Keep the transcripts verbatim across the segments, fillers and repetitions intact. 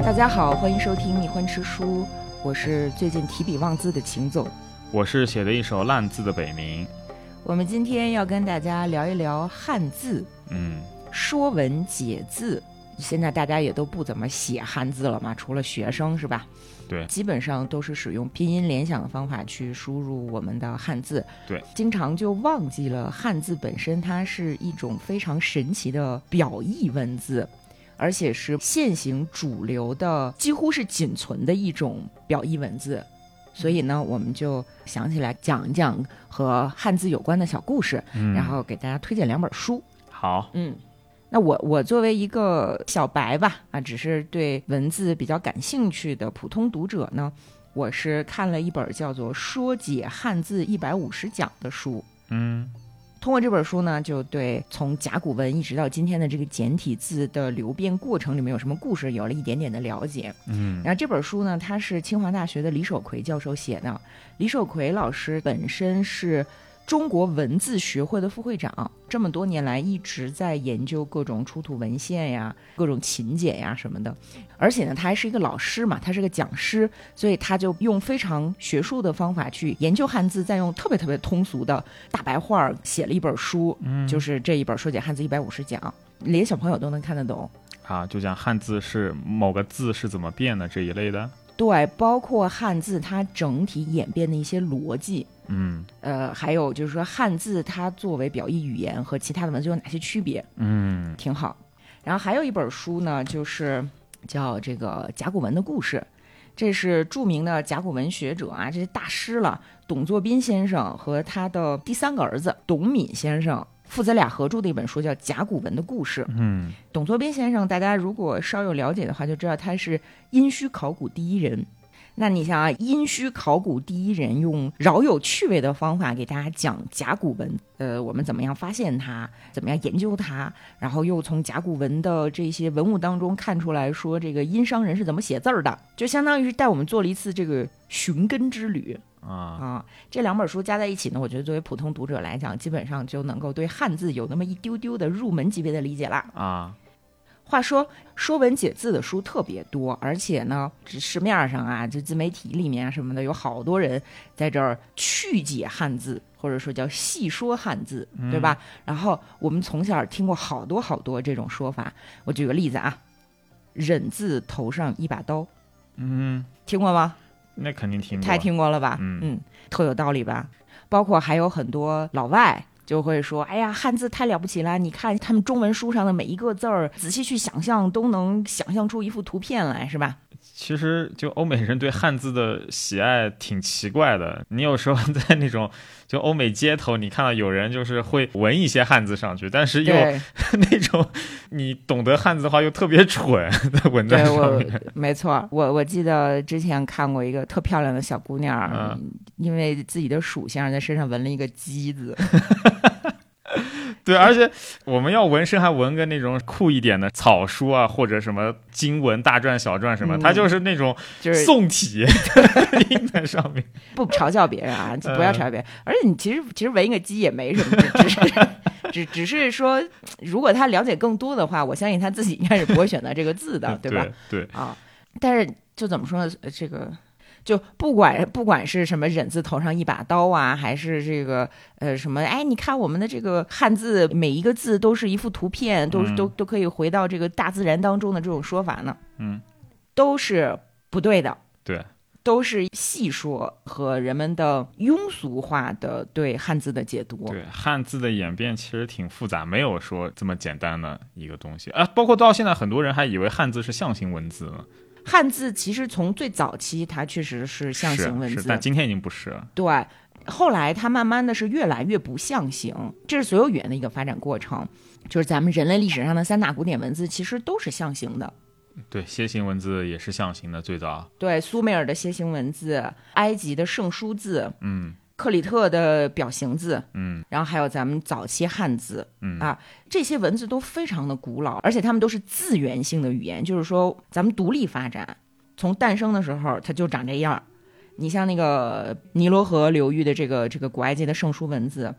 大家好，欢迎收听蜜獾吃书，我是最近提笔忘字的秦总， 我是写的一手烂字的北冥。 我们今天要跟大家聊一聊汉字， 嗯， 说文解字。现在大家也都不怎么写汉字了嘛，除了学生是吧？ 对， 基本上都是使用拼音联想的方法去输入我们的汉字。 对， 经常就忘记了汉字本身它是一种非常神奇的表意文字，而且是现行主流的几乎是仅存的一种表意文字。所以呢，我们就想起来讲一讲和汉字有关的小故事，嗯、然后给大家推荐两本书。 好， 嗯，那我我作为一个小白吧，啊，只是对文字比较感兴趣的普通读者呢，我是看了一本叫做《说解汉字一百五十讲》的书。 嗯。 通过这本书呢，就对从甲骨文一直到今天的这个简体字的流变过程里面有什么故事有了一点点的了解。 嗯， 然后这本书呢，它是清华大学的李守奎教授写的。李守奎老师本身是中国文字学会的副会长，这么多年来一直在研究各种出土文献呀、各种秦简呀什么的。而且呢，他还是一个老师嘛，他是个讲师，所以他就用非常学术的方法去研究汉字，再用特别特别通俗的大白话写了一本书，嗯、就是这一本《说解汉字一百五十讲》，连小朋友都能看得懂。 啊，就讲汉字是某个字是怎么变的这一类的。 对，包括汉字它整体演变的一些逻辑， 嗯， 呃，还有就是说汉字它作为表意语言和其他的文字有哪些区别， 嗯， 挺好。然后还有一本书呢，就是叫这个甲骨文的故事，这是著名的甲骨文学者啊，这是大师了，董作宾先生和他的第三个儿子董敏先生父子俩合著的一本书，叫《甲骨文的故事》。 嗯， 董作宾先生，大家如果稍有了解的话，就知道他是殷墟考古第一人。那你想啊，殷墟考古第一人用饶有趣味的方法给大家讲甲骨文，呃，我们怎么样发现它，怎么样研究它，然后又从甲骨文的这些文物当中看出来说这个殷商人是怎么写字儿的，就相当于是带我们做了一次这个寻根之旅。 啊啊，这两本书加在一起呢，我觉得作为普通读者来讲，基本上就能够对汉字有那么一丢丢的入门级别的理解啦。 啊， 话说说文解字的书特别多，而且呢，市面上啊，就自媒体里面啊什么的，有好多人在这儿曲解汉字，或者说叫细说汉字，对吧？嗯、然后我们从小听过好多好多这种说法。我举个例子啊，忍字头上一把刀， 嗯， 听过吗？ 那肯定听过， 太听过了吧？嗯嗯，特有道理吧？包括还有很多老外就会说，哎呀，汉字太了不起了，你看他们中文书上的每一个字儿，仔细去想象都能想象出一幅图片来，是吧？ 其实就欧美人对汉字的喜爱挺奇怪的，你有时候在那种就欧美街头，你看到有人就是会纹一些汉字上去，但是又那种你懂得汉字的话又特别蠢在纹在上面。 没错，我我记得之前看过一个特漂亮的小姑娘，嗯、因为自己的属相在身上纹了一个鸡字。 对，而且我们要纹身还纹个那种酷一点的草书啊，或者什么经文大篆小篆什么，嗯、它就是那种宋体印在上面。 不嘲笑别人啊，不要嘲笑别人。嗯、而且你其实其实纹一个鸡也没什么，只是只只是说，如果他了解更多的话，我相信他自己应该是不会选择这个字的，对吧？ 对, 对啊，但是就怎么说呢？这个。就不管不管是什么忍字头上一把刀啊，还是这个呃什么，哎，你看我们的这个汉字每一个字都是一幅图片，都、嗯、都都可以回到这个大自然当中的这种说法呢， 嗯， 都是不对的， 对， 都是细说和人们的庸俗化的对汉字的解读。 对，汉字的演变其实挺复杂，没有说这么简单的一个东西啊。包括到现在，很多人还以为汉字是象形文字呢。 汉字其实从最早期它确实是象形文字， 但今天已经不是了。 对，后来它慢慢的是越来越不象形，这是所有语言的一个发展过程。就是咱们人类历史上的三大古典文字其实都是象形的。 对，楔形文字也是象形的，最早。 对，苏美尔的楔形文字，埃及的圣书字， 嗯。 克里特的表形字， 嗯， 然后还有咱们早期汉字， 嗯啊，这些文字都非常的古老，而且它们都是自源性的语言，就是说咱们独立发展，从诞生的时候它就长这样。你像那个尼罗河流域的这个这个古埃及的圣书文字，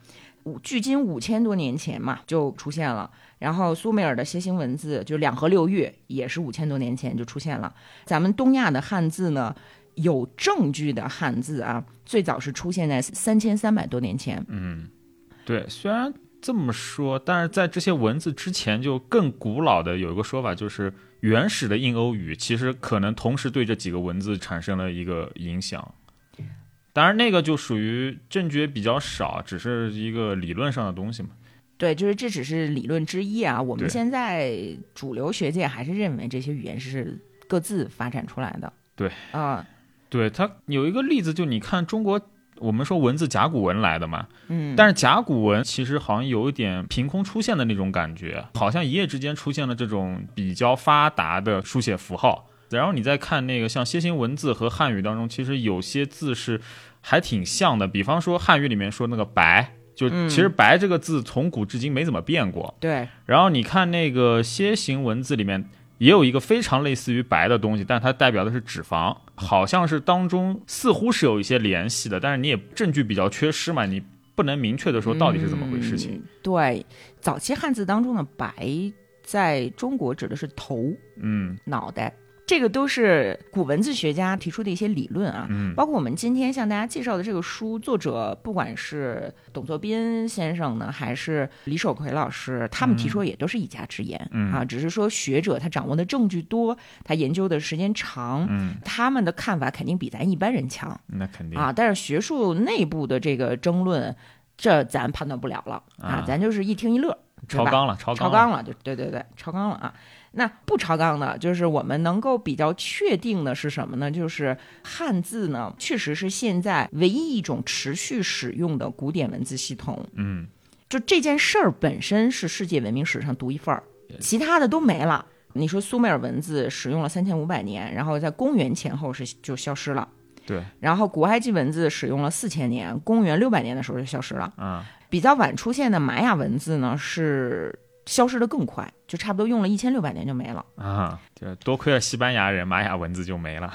距今五千多年前嘛就出现了。然后苏美尔的楔形文字就两河流域也是五千多年前就出现了。咱们东亚的汉字呢，有证据的汉字啊，最早是出现在三千三百多年前。 嗯，对，虽然这么说，但是在这些文字之前就更古老的有一个说法，就是原始的印欧语其实可能同时对这几个文字产生了一个影响。当然那个就属于证据也比较少，只是一个理论上的东西嘛。 对，就是这只是理论之一啊。我们现在主流学界还是认为这些语言是各自发展出来的。 对啊、呃， 对，它有一个例子，就你看中国，我们说文字甲骨文来的嘛， 嗯， 但是甲骨文其实好像有一点凭空出现的那种感觉，好像一夜之间出现了这种比较发达的书写符号。然后你再看那个像楔形文字和汉语当中，其实有些字是还挺像的，比方说汉语里面说那个白，就其实白这个字从古至今没怎么变过。 对。 然后你看那个楔形文字里面也有一个非常类似于白的东西，但它代表的是脂肪，好像是当中似乎是有一些联系的，但是你也证据比较缺失嘛，你不能明确的说到底是怎么回事情。 嗯、对，早期汉字当中的白在中国指的是头， 嗯， 脑袋。这个都是古文字学家提出的一些理论啊， 嗯， 包括我们今天向大家介绍的这个书，作者不管是董作宾先生呢，还是李守奎老师，他们提出也都是一家之言、 嗯、 啊，只是说学者他掌握的证据多，他研究的时间长， 嗯， 他们的看法肯定比咱一般人强， 那肯定啊，但是学术内部的这个争论，这咱判断不了了啊， 啊咱就是一听一乐， 超纲了，超纲了，超纲了，就对对对，超纲了啊。那不超纲的，就是我们能够比较确定的是什么呢？就是汉字呢，确实是现在唯一一种持续使用的古典文字系统。 嗯， 就这件事儿本身是世界文明史上独一份儿，其他的都没了。你说苏美尔文字使用了三千五百年，然后在公元前后是就消失了。 对。 然后古埃及文字使用了四千年，公元六百年的时候就消失了。 啊， 比较晚出现的玛雅文字呢是消失的更快，就差不多用了一千六百年就没了啊！就多亏了西班牙人，玛雅文字就没了。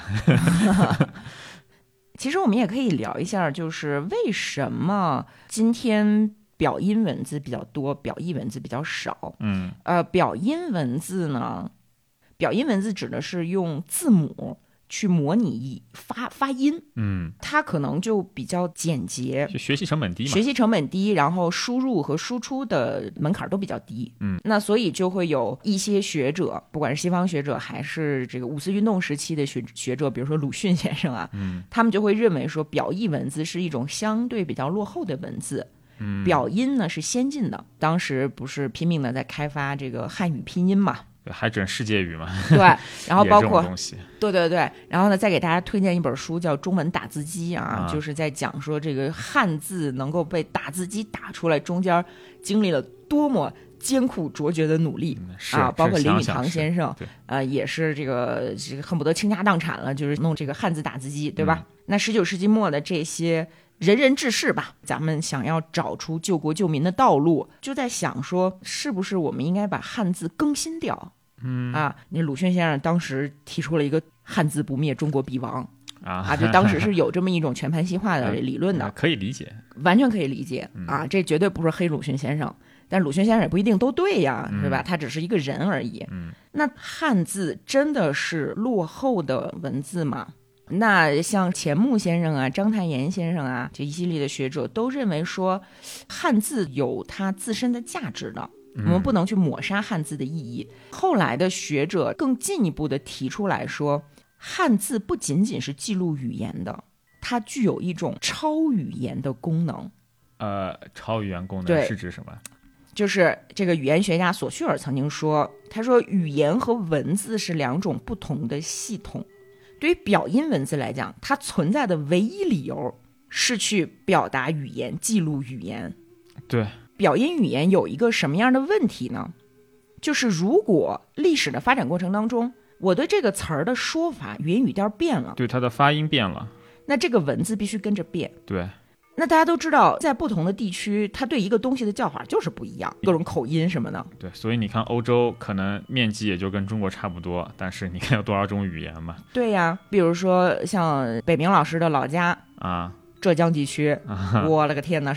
其实我们也可以聊一下，就是为什么今天表音文字比较多，表意文字比较少。 嗯， 呃，表音文字呢，表音文字指的是用字母去模拟发发音， 嗯， 它可能就比较简洁， 就学习成本低嘛， 学习成本低，然后输入和输出的门槛都比较低， 嗯， 那所以就会有一些学者，不管是西方学者还是这个五四运动时期的学学者，比如说鲁迅先生啊， 嗯， 他们就会认为说表意文字是一种相对比较落后的文字。 嗯， 表音呢是先进的，当时不是拼命的在开发这个汉语拼音嘛， 还整世界语嘛， 对，然后包括东西， 对对对，然后呢，再给大家推荐一本书叫《中文打字机》啊， 啊就是在讲说这个汉字能够被打字机打出来，中间经历了多么艰苦卓绝的努力、 嗯、 啊！包括林语堂想先生，呃，也是这个这个恨不得倾家荡产了，就是弄这个汉字打字机，对吧？嗯、那十九世纪末的这些仁人志士吧，咱们想要找出救国救民的道路，就在想说，是不是我们应该把汉字更新掉？ 嗯啊，那鲁迅先生当时提出了一个汉字不灭，中国必亡啊啊，就当时是有这么一种全盘西化的理论的， 啊、可以理解， 完全可以理解啊，这绝对不是黑鲁迅先生，但鲁迅先生也不一定都对呀， 嗯、 对吧？他只是一个人而已。 嗯， 那汉字真的是落后的文字吗？那像钱穆先生啊、章太炎先生啊，这一系列的学者都认为说，汉字有它自身的价值的。我们不能去抹杀汉字的意义。后来的学者更进一步的提出来说，汉字不仅仅是记录语言的，它具有一种超语言的功能。 呃，超语言功能是指什么？ 就是这个语言学家索绪尔曾经说，他说语言和文字是两种不同的系统。对于表音文字来讲，它存在的唯一理由是去表达语言、记录语言。 对。 表音语言有一个什么样的问题呢？就是如果历史的发展过程当中，我对这个词儿的说法语音语调变了， 对它的发音变了， 那这个文字必须跟着变。 对， 那大家都知道，在不同的地区，它对一个东西的叫法就是不一样，各种口音什么的。 对，所以你看欧洲可能面积也就跟中国差不多，但是你看有多少种语言嘛？ 对呀，比如说像北明老师的老家啊。 浙江地区， 啊、 我了个天哪，是吧？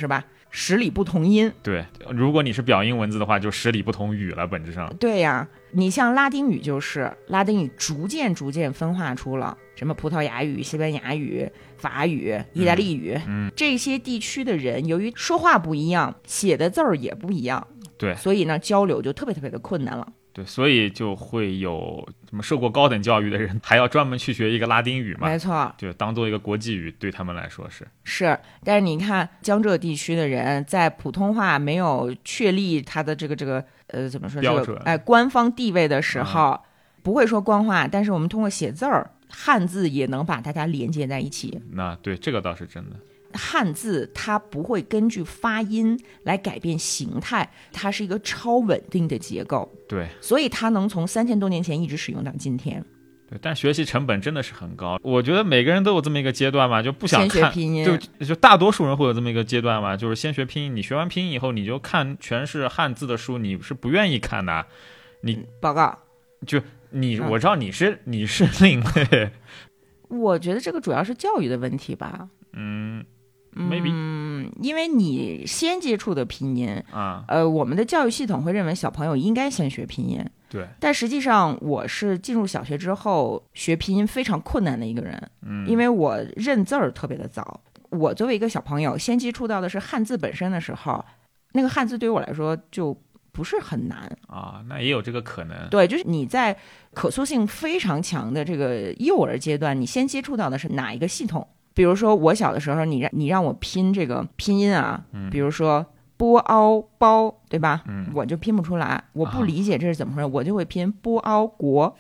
十里不同音。 对，如果你是表音文字的话，就十里不同语了，本质上。 对呀，你像拉丁语就是拉丁语逐渐逐渐分化出了什么葡萄牙语、西班牙语、法语、意大利语， 嗯，嗯这些地区的人由于说话不一样，写的字儿也不一样， 对， 所以呢交流就特别特别的困难了。 对，所以就会有什么受过高等教育的人还要专门去学一个拉丁语嘛？ 没错， 就当做一个国际语，对他们来说是是。但是你看江浙地区的人在普通话没有确立他的这个这个呃怎么说标准， 这个、哎官方地位的时候、嗯，不会说官话，但是我们通过写字儿，汉字也能把大家连接在一起。 那对，这个倒是真的。 汉字它不会根据发音来改变形态，它是一个超稳定的结构， 对， 所以它能从三千多年前一直使用到今天。 对，但学习成本真的是很高。我觉得每个人都有这么一个阶段嘛，就不想看先学拼音， 就就大多数人会有这么一个阶段嘛，就是先学拼音。你学完拼音以后，你就看全是汉字的书，你是不愿意看的。你报告， 就你，我知道你是、嗯、你是另类。 我觉得这个主要是教育的问题吧。 嗯。maybe 嗯，因为你先接触的拼音啊， 呃，我们的教育系统会认为小朋友应该先学拼音， 对。 但实际上，我是进入小学之后学拼音非常困难的一个人， 嗯， 因为我认字儿特别的早。我作为一个小朋友，先接触到的是汉字本身的时候，那个汉字对于我来说就不是很难啊，那也有这个可能。 对，就是你在可塑性非常强的这个幼儿阶段，你先接触到的是哪一个系统？比如说我小的时候，你让你让我拼这个拼音啊， 嗯、 比如说波凹包，对吧、 嗯？ 我就拼不出来，我不理解这是怎么回事，啊、我就会拼波凹国，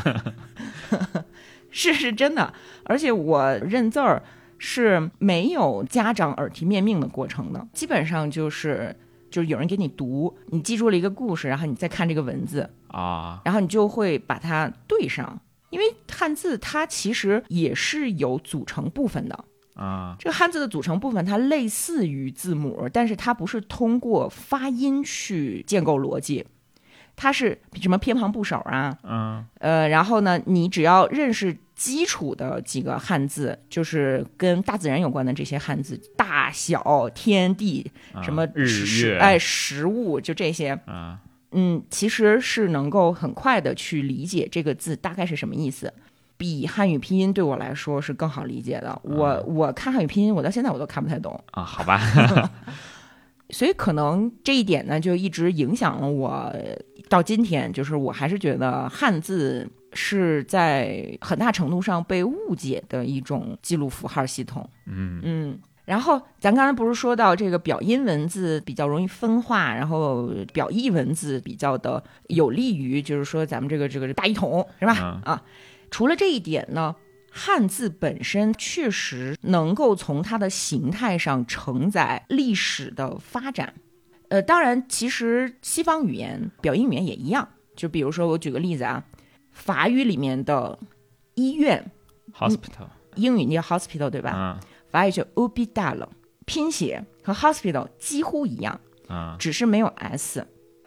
是是真的。而且我认字儿是没有家长耳提面命的过程的，基本上就是就是有人给你读，你记住了一个故事，然后你再看这个文字啊， 然后你就会把它对上。因为汉字它其实也是有组成部分的啊， 这个汉字的组成部分它类似于字母，但是它不是通过发音去建构逻辑，它是什么偏旁部首啊， 嗯， 呃，然后呢，你只要认识基础的几个汉字，就是跟大自然有关的这些汉字，大小天地、 啊、 什么日月， 哎，食物，就这些啊。 嗯，其实是能够很快的去理解这个字大概是什么意思，比汉语拼音对我来说是更好理解的。我、嗯、我看汉语拼音，我到现在我都看不太懂啊，好吧。 所以可能这一点呢，就一直影响了我到今天，就是我还是觉得汉字是在很大程度上被误解的一种记录符号系统。 嗯嗯。然后咱刚才不是说到这个表音文字比较容易分化，然后表意文字比较的有利于就是说咱们这个这个大一统是吧、 嗯、 啊，除了这一点呢，汉字本身确实能够从它的形态上承载历史的发展。呃，当然其实西方语言表音语言也一样，就比如说我举个例子啊，法语里面的医院 hospital、 嗯、英语叫 hospital 对吧、 嗯， 法语叫 hôpital， 拼写和 hospital 几乎一样、 啊、 只是没有 s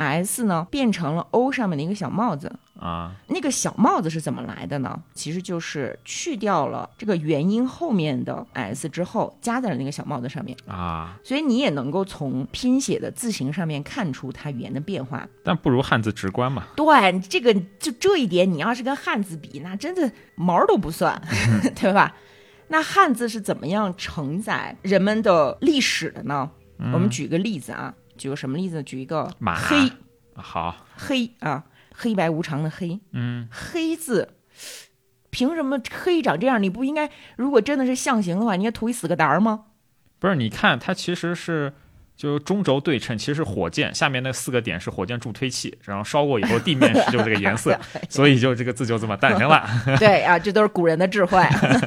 S 呢变成了 O 上面的一个小帽子啊。 那个小帽子是怎么来的呢？其实就是去掉了这个元音后面的 S 之后加在了那个小帽子上面啊， 所以你也能够从拼写的字形上面看出它语言的变化， 但不如汉字直观嘛。 对，这个就这一点你要是跟汉字比，那真的毛都不算对吧？那汉字是怎么样承载人们的历史的呢、嗯、我们举个例子啊，举个什么例子？举一个黑， 好， 黑啊，黑白无常的黑， 嗯， 黑字凭什么黑长这样？你不应该，如果真的是象形的话，你应该涂一死个达吗？ 不是，你看它其实是就中轴对称，其实是火箭下面那四个点是火箭助推器，然后烧过以后地面是就这个颜色所以就这个字就这么诞生了对啊，这都是古人的智慧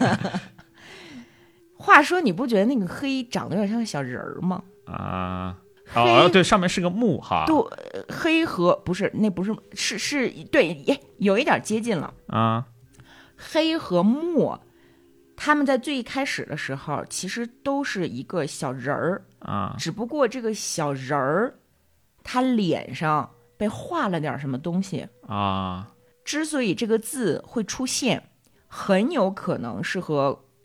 话说你不觉得那个黑长得有点像个小人儿吗？ 啊，哦，对，上面是个木哈。 对，黑和不是，那不是，是是，对，有一点接近了啊。 黑和木，他们在最开始的时候其实都是一个小人儿啊， 只不过这个小人儿他脸上被画了点什么东西啊。 之所以这个字会出现，很有可能是和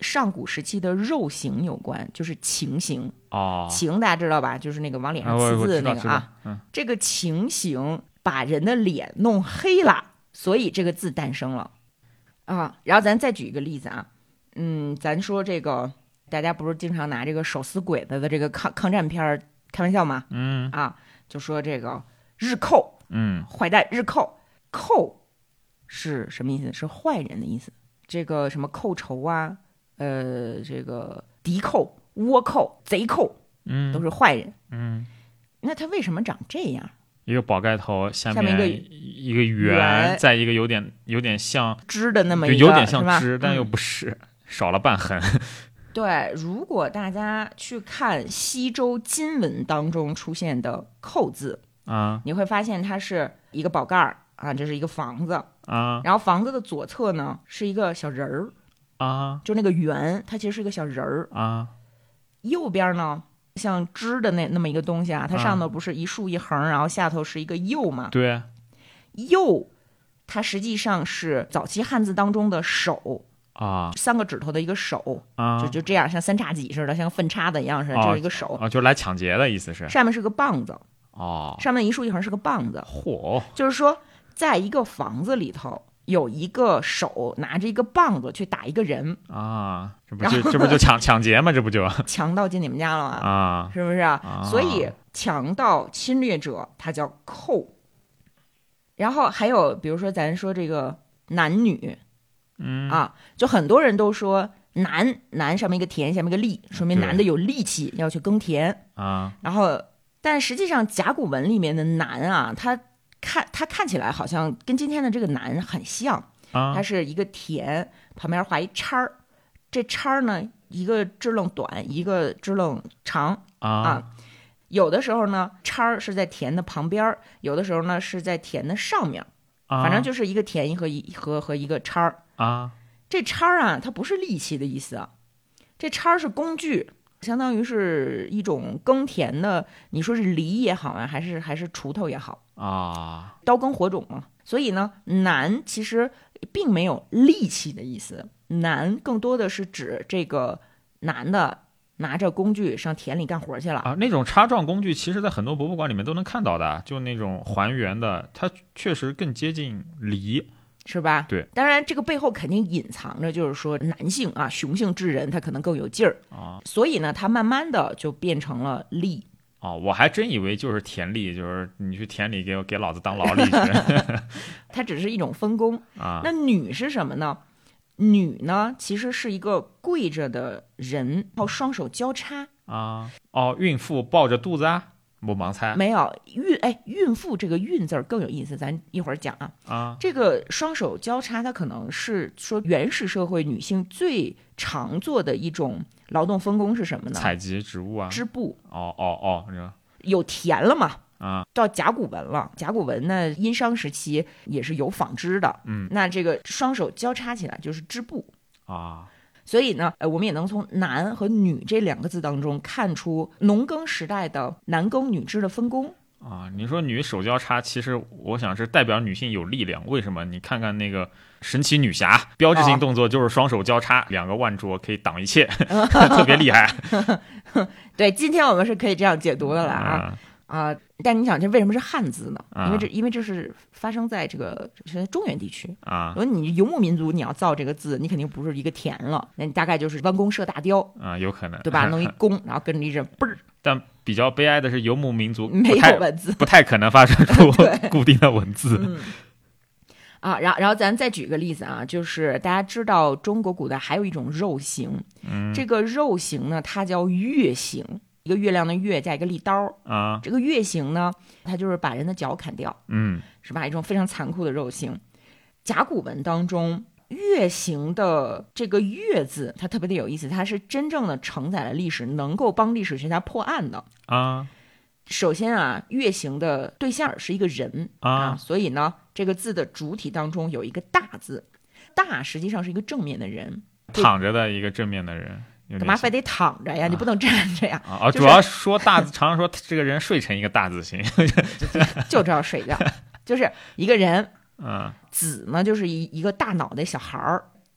上古时期的肉刑有关，就是情刑。 哦， 情大家知道吧？就是那个往脸上刺字的那个啊。 嗯、 这个情刑把人的脸弄黑了，所以这个字诞生了啊。然后咱再举一个例子啊，嗯，咱说这个大家不是经常拿这个手撕鬼子的这个抗抗战片开玩笑吗？ 嗯啊，就说这个日寇， 嗯， 坏蛋日寇，寇是什么意思？是坏人的意思。这个什么寇仇啊，呃，这个敌寇、倭寇、贼寇， 嗯， 都是坏人。 嗯， 那他为什么长这样？ 一个宝盖头，下面一个一个圆，再一个有点有点像枝的那么一个， 有点像枝，但又嗯、 不是，少了半横。 对，如果大家去看西周金文当中出现的寇字啊， 你会发现它是一个宝盖儿啊，这是一个房子啊， 然后房子的左侧呢是一个小人儿啊， 就那个圆，它其实是一个小人儿啊， 右边呢像枝的那那么一个东西啊，它上头不是一竖一横，然后下头是一个右嘛？ 对， 右它实际上是早期汉字当中的手。 啊， 三个指头的一个手啊， 就就这样，像三叉戟似的，像分叉的一样似的，这、哦、是一个手啊，就来抢劫的意思是。 上面是个棒子哦， 上面一竖一横是个棒子。 嚯， 就是说，在一个房子里头有一个手拿着一个棒子去打一个人啊，这不就这不就抢抢劫吗？这不就强盗进你们家了吗？ 啊， 是不是？啊、所以强盗侵略者他叫寇。然后还有比如说咱说这个男女。 嗯啊，就很多人都说男男上面一个田，下面一个力，说明男的有力气要去耕田啊。 然后，但实际上甲骨文里面的男啊，他看他看起来好像跟今天的这个男很像啊， 它是一个田旁边画一叉儿，这叉儿呢一个支棱短，一个支棱长啊。 啊有的时候呢，叉儿是在田的旁边，有的时候呢是在田的上面。反正就是一个田和一和和一个叉儿啊， 这叉儿啊，它不是利器的意思啊，这叉儿是工具，相当于是一种耕田的，你说是犁也好啊，还是还是锄头也好啊， 刀耕火种嘛。所以呢，男其实并没有利器的意思，男更多的是指这个男的。拿着工具上田里干活去了啊！那种插状工具，其实在很多博物馆里面都能看到的，就那种还原的，它确实更接近犁， 是吧？ 对， 当然这个背后肯定隐藏着，就是说男性啊，雄性之人他可能更有劲儿啊， 所以呢，他慢慢的就变成了犁。 哦，我还真以为就是田力，就是你去田里给给老子当劳力去。 它只是一种分工啊。 那女是什么呢？女呢，其实是一个跪着的人，然后双手交叉啊。哦，孕妇抱着肚子啊？我盲猜。 没有孕，哎，孕妇这个孕字儿更有意思，咱一会儿讲啊。 啊， 这个双手交叉，它可能是说原始社会女性最常做的一种劳动分工是什么呢？ 采集植物啊， 织布。 哦哦哦， 有田了嘛？ 啊， 到甲骨文了，甲骨文呢，殷商时期也是有纺织的， 嗯， 那这个双手交叉起来就是织布啊， 所以呢，呃，我们也能从男和女这两个字当中看出农耕时代的男耕女织的分工啊。你说女手交叉，其实我想是代表女性有力量，为什么？你看看那个神奇女侠，标志性动作就是双手交叉，哦、两个腕镯可以挡一切，特别厉害。 对，今天我们是可以这样解读的了啊。嗯啊，但你想这为什么是汉字呢？ 啊、 因为这因为这是发生在这个是中原地区啊。 如果你游牧民族，你要造这个字，你肯定不是一个田了，那你大概就是弯弓射大雕啊，有可能对吧？弄一弓，然后跟着一阵嘣儿。 但比较悲哀的是，游牧民族没有文字， 不太可能发生出固定的文字。 嗯、啊，然后然后咱再举个例子啊，就是大家知道中国古代还有一种肉刑， 嗯， 这个肉刑呢，它叫月刑。一个月亮的月加一个利刀啊， 这个月刑呢，它就是把人的脚砍掉， 嗯， 是吧？一种非常残酷的肉刑。甲骨文当中月刑的这个月字，它特别的有意思，它是真正的承载了历史，能够帮历史学家破案的啊。 首先啊，月刑的对象是一个人啊, 啊，所以呢，这个字的主体当中有一个大字，大实际上是一个正面的人， 躺着的一个正面的人。 干嘛非得躺着呀？啊、你不能站着呀！ 啊， 就是、 主要说大字，常常说这个人睡成一个大字形， 就知道睡觉，就是一个人。 嗯， 子呢，就是一一个大脑袋小孩儿，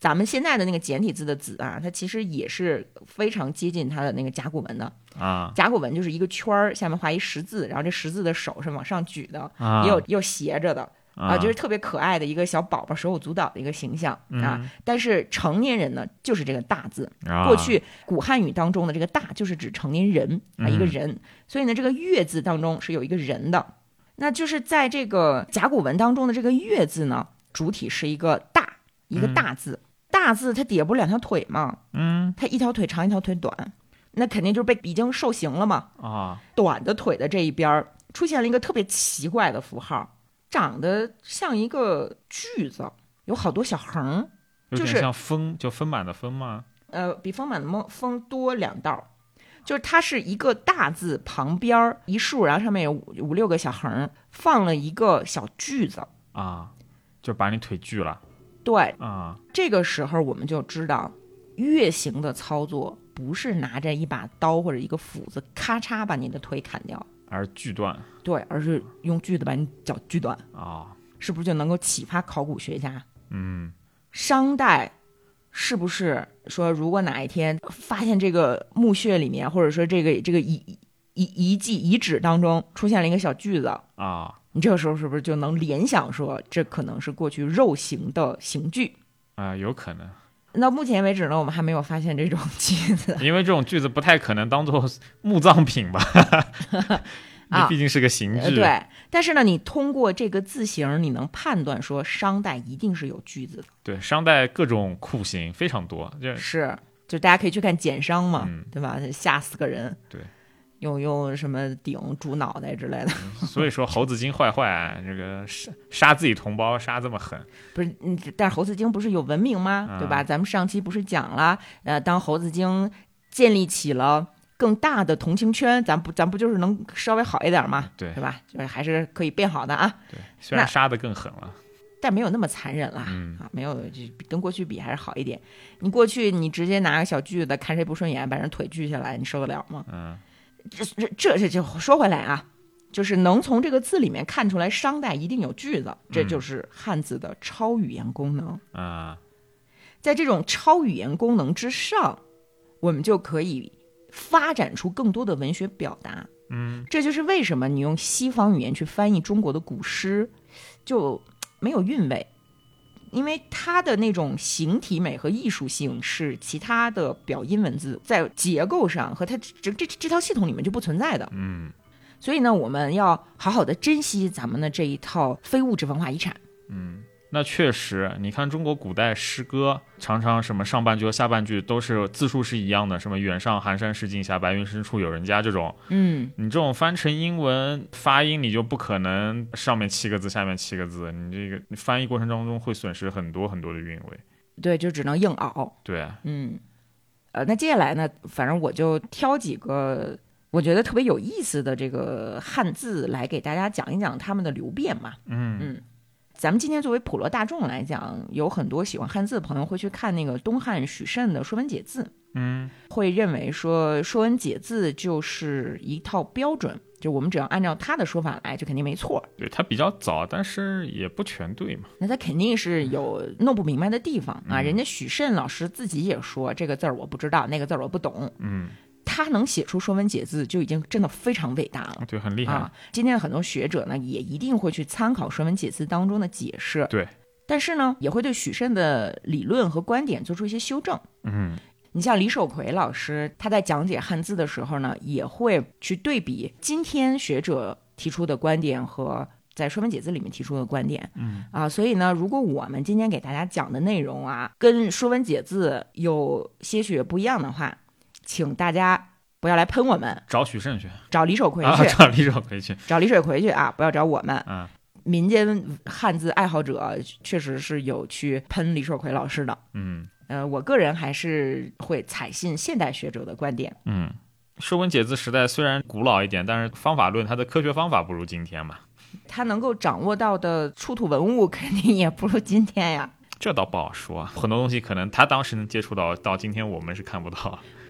咱们现在的那个简体字的子啊，它其实也是非常接近它的那个甲骨文的啊。 甲骨文就是一个圈儿，下面画一十字，然后这十字的手是往上举的， 啊、 也有也有斜着的。 啊， 就是特别可爱的一个小宝宝手舞足蹈的一个形象、 嗯、 啊，但是成年人呢，就是这个大字、 啊。 过去古汉语当中的这个大就是指成年人啊，一个人、嗯，所以呢，这个月字当中是有一个人的。那就是在这个甲骨文当中的这个月字呢，主体是一个大，一个大字，嗯、大字它底下不是两条腿吗？ 嗯， 它一条腿长，一条腿短，那肯定就是被已经受刑了嘛。 啊， 短的腿的这一边出现了一个特别奇怪的符号。长得像一个句子，有好多小横， 有点像丰，就丰满的丰吗？ 呃，比丰满的丰多两道，就是它是一个大字旁边一竖，然后上面有五五六个小横，放了一个小句子啊，就把你腿锯了。 对啊， 这个时候我们就知道，月形的操作不是拿着一把刀或者一个斧子咔嚓把你的腿砍掉， 而锯断。 对，而是用锯子把你脚锯断啊、哦， 是不是就能够启发考古学家？ 嗯， 商代是不是说，如果哪一天发现这个墓穴里面，或者说这个这个遗遗遗迹遗址当中出现了一个小锯子啊、 哦， 你这个时候是不是就能联想说，这可能是过去肉刑的刑具啊、呃？有可能。 到目前为止呢，我们还没有发现这种锯子， 因为这种锯子不太可能当做墓葬品吧。那毕竟是个刑具、 啊呃、对，但是呢，你通过这个字形，你能判断说商代一定是有锯子的。 对，商代各种酷刑非常多， 就是就大家可以去看简伤嘛、 嗯， 对吧？吓死个人， 对， 用用什么鼎煮脑袋之类的。 嗯、所以说猴子精坏坏，这个杀杀自己同胞杀这么狠， 不是？嗯，但是猴子精不是有文明吗？ 嗯、 对吧？咱们上期不是讲了，呃，当猴子精建立起了更大的同情圈，咱不咱不就是能稍微好一点嘛？ 对， 对吧？就是还是可以变好的啊。 对，虽然杀得更狠了， 但没有那么残忍了、 嗯、 啊，没有就跟过去比还是好一点。你过去你直接拿个小锯子看谁不顺眼，把人腿锯下来，你受得了吗？ 嗯， 这这这这就说回来啊，就是能从这个字里面看出来商代一定有锯子，这就是汉字的超语言功能啊、嗯。 在这种超语言功能之上，我们就可以发展出更多的文学表达。 嗯， 这就是为什么你用西方语言去翻译中国的古诗就没有韵味，因为它的那种形体美和艺术性是其他的表音文字在结构上和它这这这套系统里面就不存在的。 嗯， 所以呢，我们要好好的珍惜咱们的这一套非物质文化遗产。 嗯。那确实，你看中国古代诗歌，常常什么上半句和下半句都是字数是一样的，什么远上寒山石径斜，白云深处有人家这种。 嗯， 你这种翻成英文发音，你就不可能上面七个字，下面七个字，你这个你翻译过程当中会损失很多很多的韵味。 对，就只能硬熬。 对， 嗯，呃，那接下来呢，反正我就挑几个我觉得特别有意思的这个汉字来给大家讲一讲他们的流变嘛。 嗯嗯。咱们今天作为普罗大众来讲，有很多喜欢汉字的朋友会去看那个东汉许慎的《说文解字》， 嗯， 会认为说《说文解字》就是一套标准，就我们只要按照他的说法来，就肯定没错。 对，他比较早，但是也不全对嘛。 那他肯定是有弄不明白的地方啊！ 嗯、 人家许慎老师自己也说，这个字儿我不知道，那个字儿我不懂。 嗯。 他能写出《说文解字》就已经真的非常伟大了， 对，很厉害啊！今天的很多学者呢，也一定会去参考《说文解字》当中的解释， 对， 但是呢，也会对许慎的理论和观点做出一些修正。 嗯， 你像李守奎老师，他在讲解汉字的时候呢，也会去对比今天学者提出的观点和在《说文解字》里面提出的观点， 嗯啊，所以呢，如果我们今天给大家讲的内容啊，跟《说文解字》有些许不一样的话，请大家不要来喷我们， 找许慎去， 找李守奎去， 啊、找李守奎去， 找李守奎去啊！不要找我们。 嗯， 民间汉字爱好者确实是有去喷李守奎老师的。 嗯， 呃，我个人还是会采信现代学者的观点。 嗯，说文解字时代虽然古老一点，但是方法论它的科学方法不如今天嘛。 他能够掌握到的出土文物肯定也不如今天呀。 这倒不好说，很多东西可能他当时能接触到，到今天我们是看不到。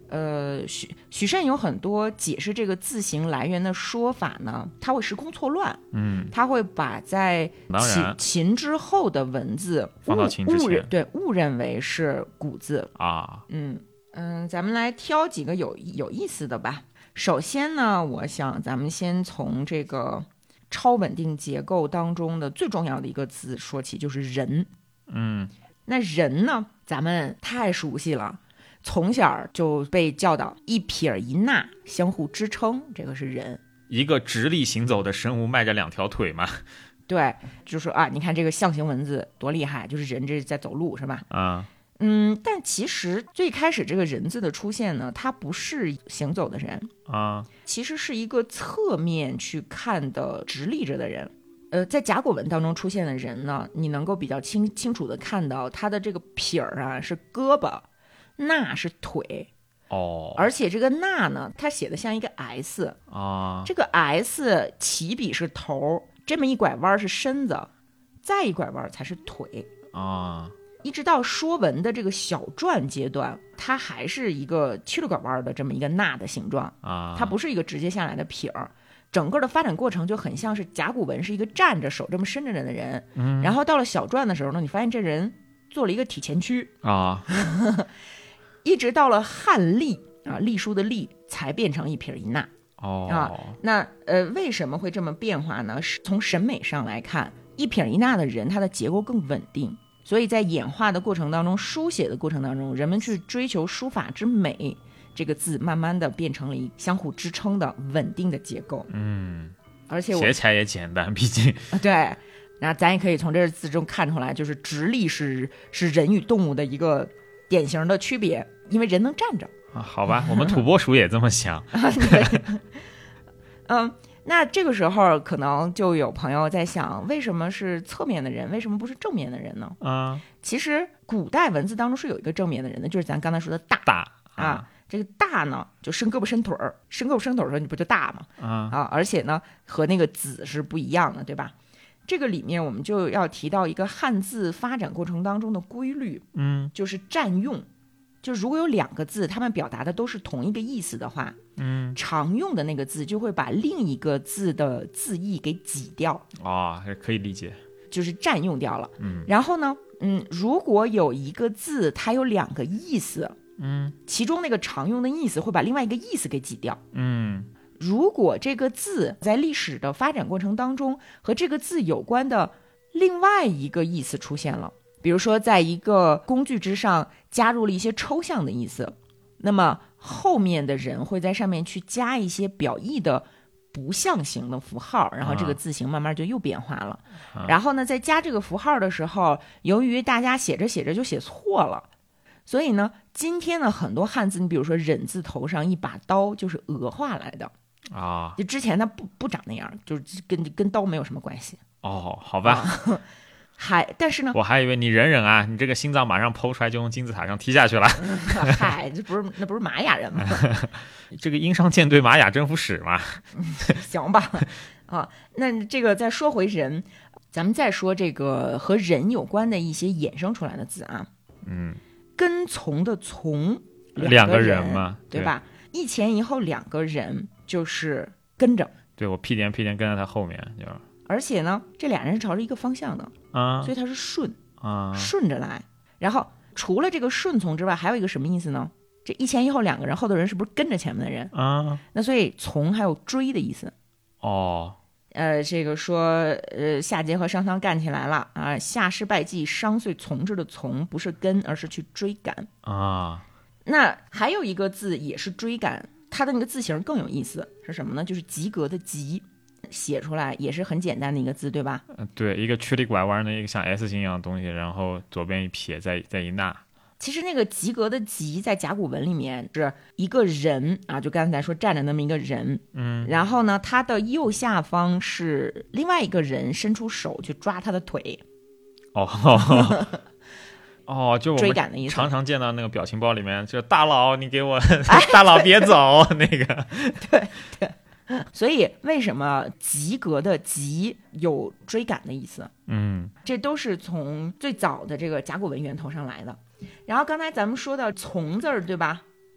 呃，许许慎有很多解释这个字形来源的说法呢，他会时空错乱， 嗯， 他会把在秦秦之后的文字放到秦之前， 误认对误认为是古字啊， 嗯嗯，咱们来挑几个有有意思的吧。首先呢，我想咱们先从这个超稳定结构当中的最重要的一个字说起，就是人。 嗯， 那人呢，咱们太熟悉了，从小就被教导一撇一捺相互支撑，这个是人。 一个直立行走的生物迈着两条腿嘛。 对，就说啊，你看这个象形文字多厉害，就是人这是在走路是吧？ 啊。 嗯，但其实最开始这个人字的出现呢，它不是行走的人啊， 其实是一个侧面去看的直立着的人。呃，在甲骨文当中出现的人呢，你能够比较清清楚的看到他的这个撇儿啊是胳膊，捺是腿， 哦， 而且这个捺呢，它写的像一个 S 啊， 这个 S 起笔是头，这么一拐弯是身子，再一拐弯才是腿啊。 一直到说文的这个小篆阶段，它还是一个曲了拐弯的这么一个捺的形状啊， 它不是一个直接下来的撇儿。整个的发展过程就很像是甲骨文是一个站着手这么伸着的人， 嗯， 然后到了小篆的时候呢，你发现这人做了一个体前屈啊， 一直到了汉隶啊，隶书的隶才变成一撇一捺。 哦啊，那呃为什么会这么变化呢？是从审美上来看，一撇一捺的人他的结构更稳定。所以在演化的过程当中，书写的过程当中，人们去追求书法之美，这个字慢慢的变成了一相互支撑的稳定的结构。 嗯， 而且我写起来也简单，毕竟对。那咱也可以从这字中看出来，就是直立是是人与动物的一个典型的区别，因为人能站着啊。好吧，我们土拨鼠也这么想。 嗯。那这个时候可能就有朋友在想，为什么是侧面的人，为什么不是正面的人呢？ 啊， 其实古代文字当中是有一个正面的人的，就是咱刚才说的大大啊, 啊这个大呢就伸胳膊伸腿儿，伸胳膊伸腿儿的时候你不就大吗？ 啊啊，而且呢和那个子是不一样的，对吧？这个里面我们就要提到一个汉字发展过程当中的规律， 嗯， 就是占用。就如果有两个字，它们表达的都是同一个意思的话， 嗯， 常用的那个字就会把另一个字的字义给挤掉啊，可以理解， 就是占用掉了。 嗯， 然后呢，嗯，如果有一个字它有两个意思， 嗯， 其中那个常用的意思会把另外一个意思给挤掉。 嗯， 如果这个字在历史的发展过程当中和这个字有关的另外一个意思出现了，比如说在一个工具之上加入了一些抽象的意思，那么后面的人会在上面去加一些表意的不象形的符号，然后这个字形慢慢就又变化了、啊、然后呢在加这个符号的时候，由于大家写着写着就写错了，所以呢今天的很多汉字，你比如说忍字头上一把刀就是俄化来的啊， 就之前它不不长那样，就是跟跟刀没有什么关系。 哦，好吧、啊还但是呢， 我还以为你忍忍啊，你这个心脏马上剖出来就从金字塔上踢下去了。 嗨，这不是那不是玛雅人吗？ 这个殷商舰队玛雅征服史嘛。 行吧，啊，那这个再说回人，咱们再说这个和人有关的一些衍生出来的字啊。 嗯， 跟从的从， 两个人嘛， 对吧？一前一后两个人就是跟着。 对，我屁颠屁颠跟在他后面就。 而且呢，这俩人是朝着一个方向的啊， 所以它是顺啊， 顺着来。然后除了这个顺从之外，还有一个什么意思呢？这一前一后两个人，后头人是不是跟着前面的人啊？ 那所以从还有追的意思。 哦， 呃，这个说呃夏桀和商汤干起来了啊，夏失败绩，商遂从之的从不是跟，而是去追赶啊。 那还有一个字也是追赶，它的那个字形更有意思，是什么呢？就是及格的及。写出来也是很简单的一个字，对吧？ 呃、对，一个曲里拐弯的一个像 S 型一样的东西，然后左边一撇，再再一捺。 其实那个及格的及在甲骨文里面是一个人啊，就刚才说站着那么一个人， 嗯， 然后呢，他的右下方是另外一个人伸出手去抓他的腿。 哦。哦，就我们常常见到那个表情包里面，就是大佬你给我大佬别走那个。 对对。所以为什么及格的及有追赶的意思？ 嗯， 这都是从最早的这个甲骨文源头上来的。然后刚才咱们说到从字儿，对吧？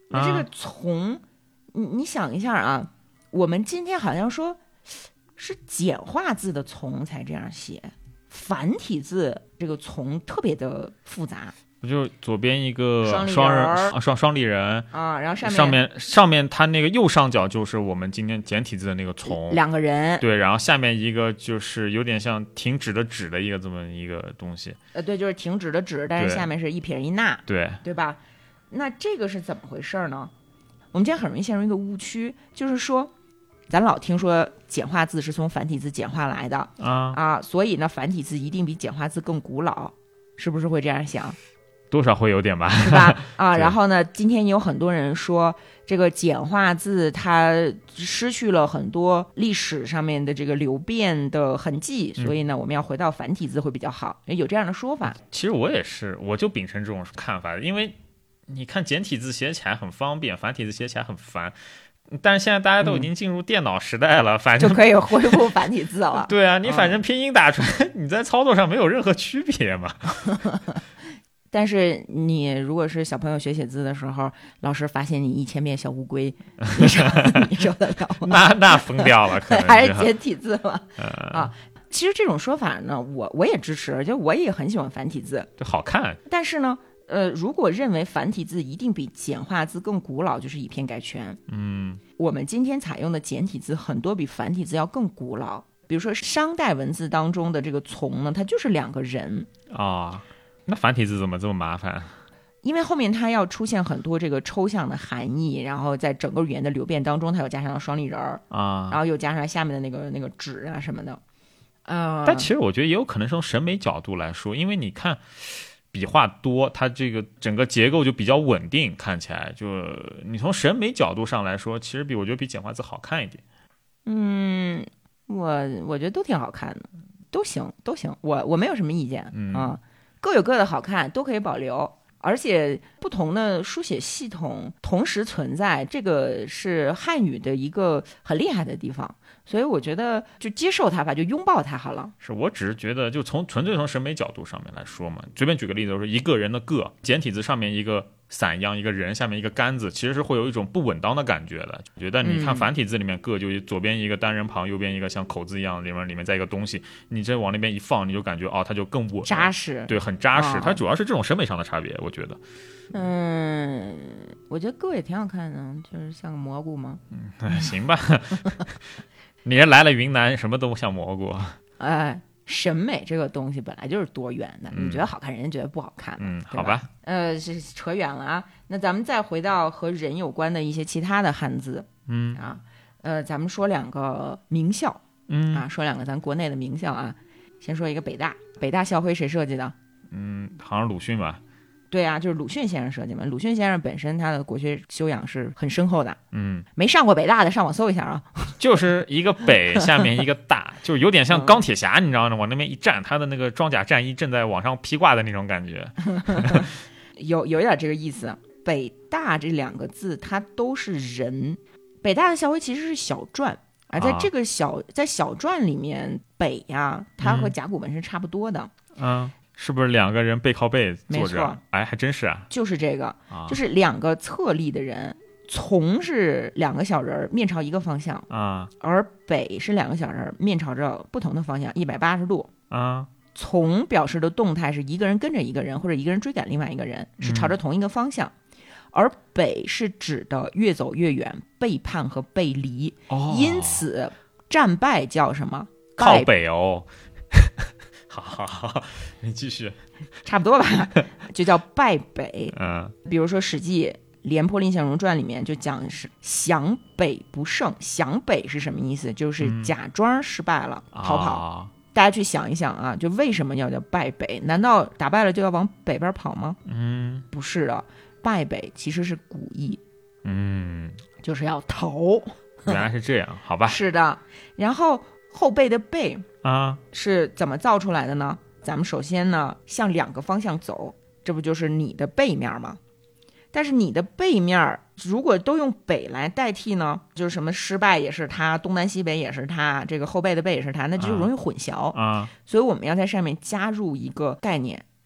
那这个从、啊、你你想一下啊，我们今天好像说是简化字的从才这样写，繁体字这个从特别的复杂。 不就左边一个双双人啊双双立人啊，然后上面上面上面它那个右上角就是我们今天简体字的那个从， 两个人， 对，然后下面一个就是有点像停止的止的一个这么一个东西， 呃，对，就是停止的止，但是下面是一撇一捺， 对对吧？那这个是怎么回事呢？我们今天很容易陷入一个误区，就是说咱老听说简化字是从繁体字简化来的啊啊，所以呢繁体字一定比简化字更古老，是不是会这样想？ 多少会有点吧， 是吧？啊，然后呢，今天也有很多人说这个简化字它失去了很多历史上面的这个流变的痕迹， 嗯、 所以呢，我们要回到繁体字会比较好，有这样的说法。 其实我也是，我就秉承这种看法，因为你看简体字写起来很方便，繁体字写起来很烦。但是现在大家都已经进入电脑时代了，嗯、反正就可以恢复繁体字了。 对啊，你反正拼音打出来，嗯、你在操作上没有任何区别嘛。 但是你如果是小朋友学写字的时候，老师发现你一千遍小乌龟，你受你受得了吗？ 那那疯掉了，可能还是简体字了、 嗯、 啊。其实这种说法呢，我我也支持，就我也很喜欢繁体字， 就好看。 但是呢，呃，如果认为繁体字一定比简化字更古老，就是以偏概全。 嗯， 我们今天采用的简体字很多比繁体字要更古老，比如说商代文字当中的这个从呢，它就是两个人啊。哦，那繁体字怎么这么麻烦？ 因为后面它要出现很多这个抽象的含义，然后在整个语言的流变当中，它又加上了双立人啊， 然后又加上下面的那个那个指啊什么的。呃， 但其实我觉得也有可能是从审美角度来说，因为你看笔画多，它这个整个结构就比较稳定，看起来就你从审美角度上来说，其实比我觉得比简化字好看一点。 嗯，我我觉得都挺好看的。都行都行，我我没有什么意见、 嗯、 啊，各有各的好看，都可以保留。而且不同的书写系统同时存在，这个是汉语的一个很厉害的地方，所以我觉得就接受它吧，就拥抱它好了。 是我只是觉得就从纯粹从审美角度上面来说嘛，随便举个例子，就是一个人的个，简体字上面一个伞一样一个人，下面一个杆子，其实是会有一种不稳当的感觉的。觉得你看繁体字里面个就左边一个单人旁，右边一个像口字一样里面里面再一个东西，你这往那边一放，你就感觉哦它就更稳扎实， 对，很扎实、 哦、 它主要是这种审美上的差别，我觉得。 嗯，我觉得个也挺好看的，就是像个蘑菇嘛。 嗯，行吧。你人来了云南什么都像蘑菇。 哎，审美这个东西本来就是多元的、嗯、你觉得好看人家觉得不好看， 嗯， 好吧。 呃，是扯远了啊。那咱们再回到和人有关的一些其他的汉字， 嗯啊，呃，咱们说两个名校， 嗯啊，说两个咱国内的名校啊。先说一个北大，北大校徽谁设计的？ 嗯，好像鲁迅吧。 对啊，就是鲁迅先生设计嘛。鲁迅先生本身他的国学修养是很深厚的， 嗯， 没上过北大的上网搜一下啊。 就是一个北下面一个大，就是有点像钢铁侠，你知道吗？往那边一站，他的那个装甲战衣正在往上披挂的那种感觉。 有有点这个意思。北大这两个字它都是人，北大的校徽其实是小篆，而在这个小、啊、在小篆里面，北呀，它和甲骨文是差不多的。 嗯，是不是两个人背靠背坐着？ 没错， 哎，还真是啊， 就是这个， 啊、 就是两个侧立的人。从是两个小人面朝一个方向啊， 而北是两个小人面朝着不同的方向，一百八十度啊。 从表示的动态是一个人跟着一个人，或者一个人追赶另外一个人，是朝着同一个方向。嗯、而北是指的越走越远，背叛和背离。 哦， 因此战败叫什么？ 靠北哦。好好好，你继续。 差不多吧，就叫败北。 嗯， 比如说《史记》廉颇蔺相如传里面就讲是降北不胜，降北是什么意思？就是假装失败了、嗯、逃跑、啊、大家去想一想啊，就为什么要叫败北？难道打败了就要往北边跑吗？ 嗯， 不是的，败北其实是古意， 嗯， 就是要逃。 原来是这样，好吧。 是的。然后后背的背啊是怎么造出来的呢？咱们首先呢向两个方向走，这不就是你的背面吗？但是你的背面如果都用北来代替呢，就是什么失败也是它，东南西北也是它，这个后背的背也是它，那就容易混淆啊。 所以我们要在上面加入一个概念，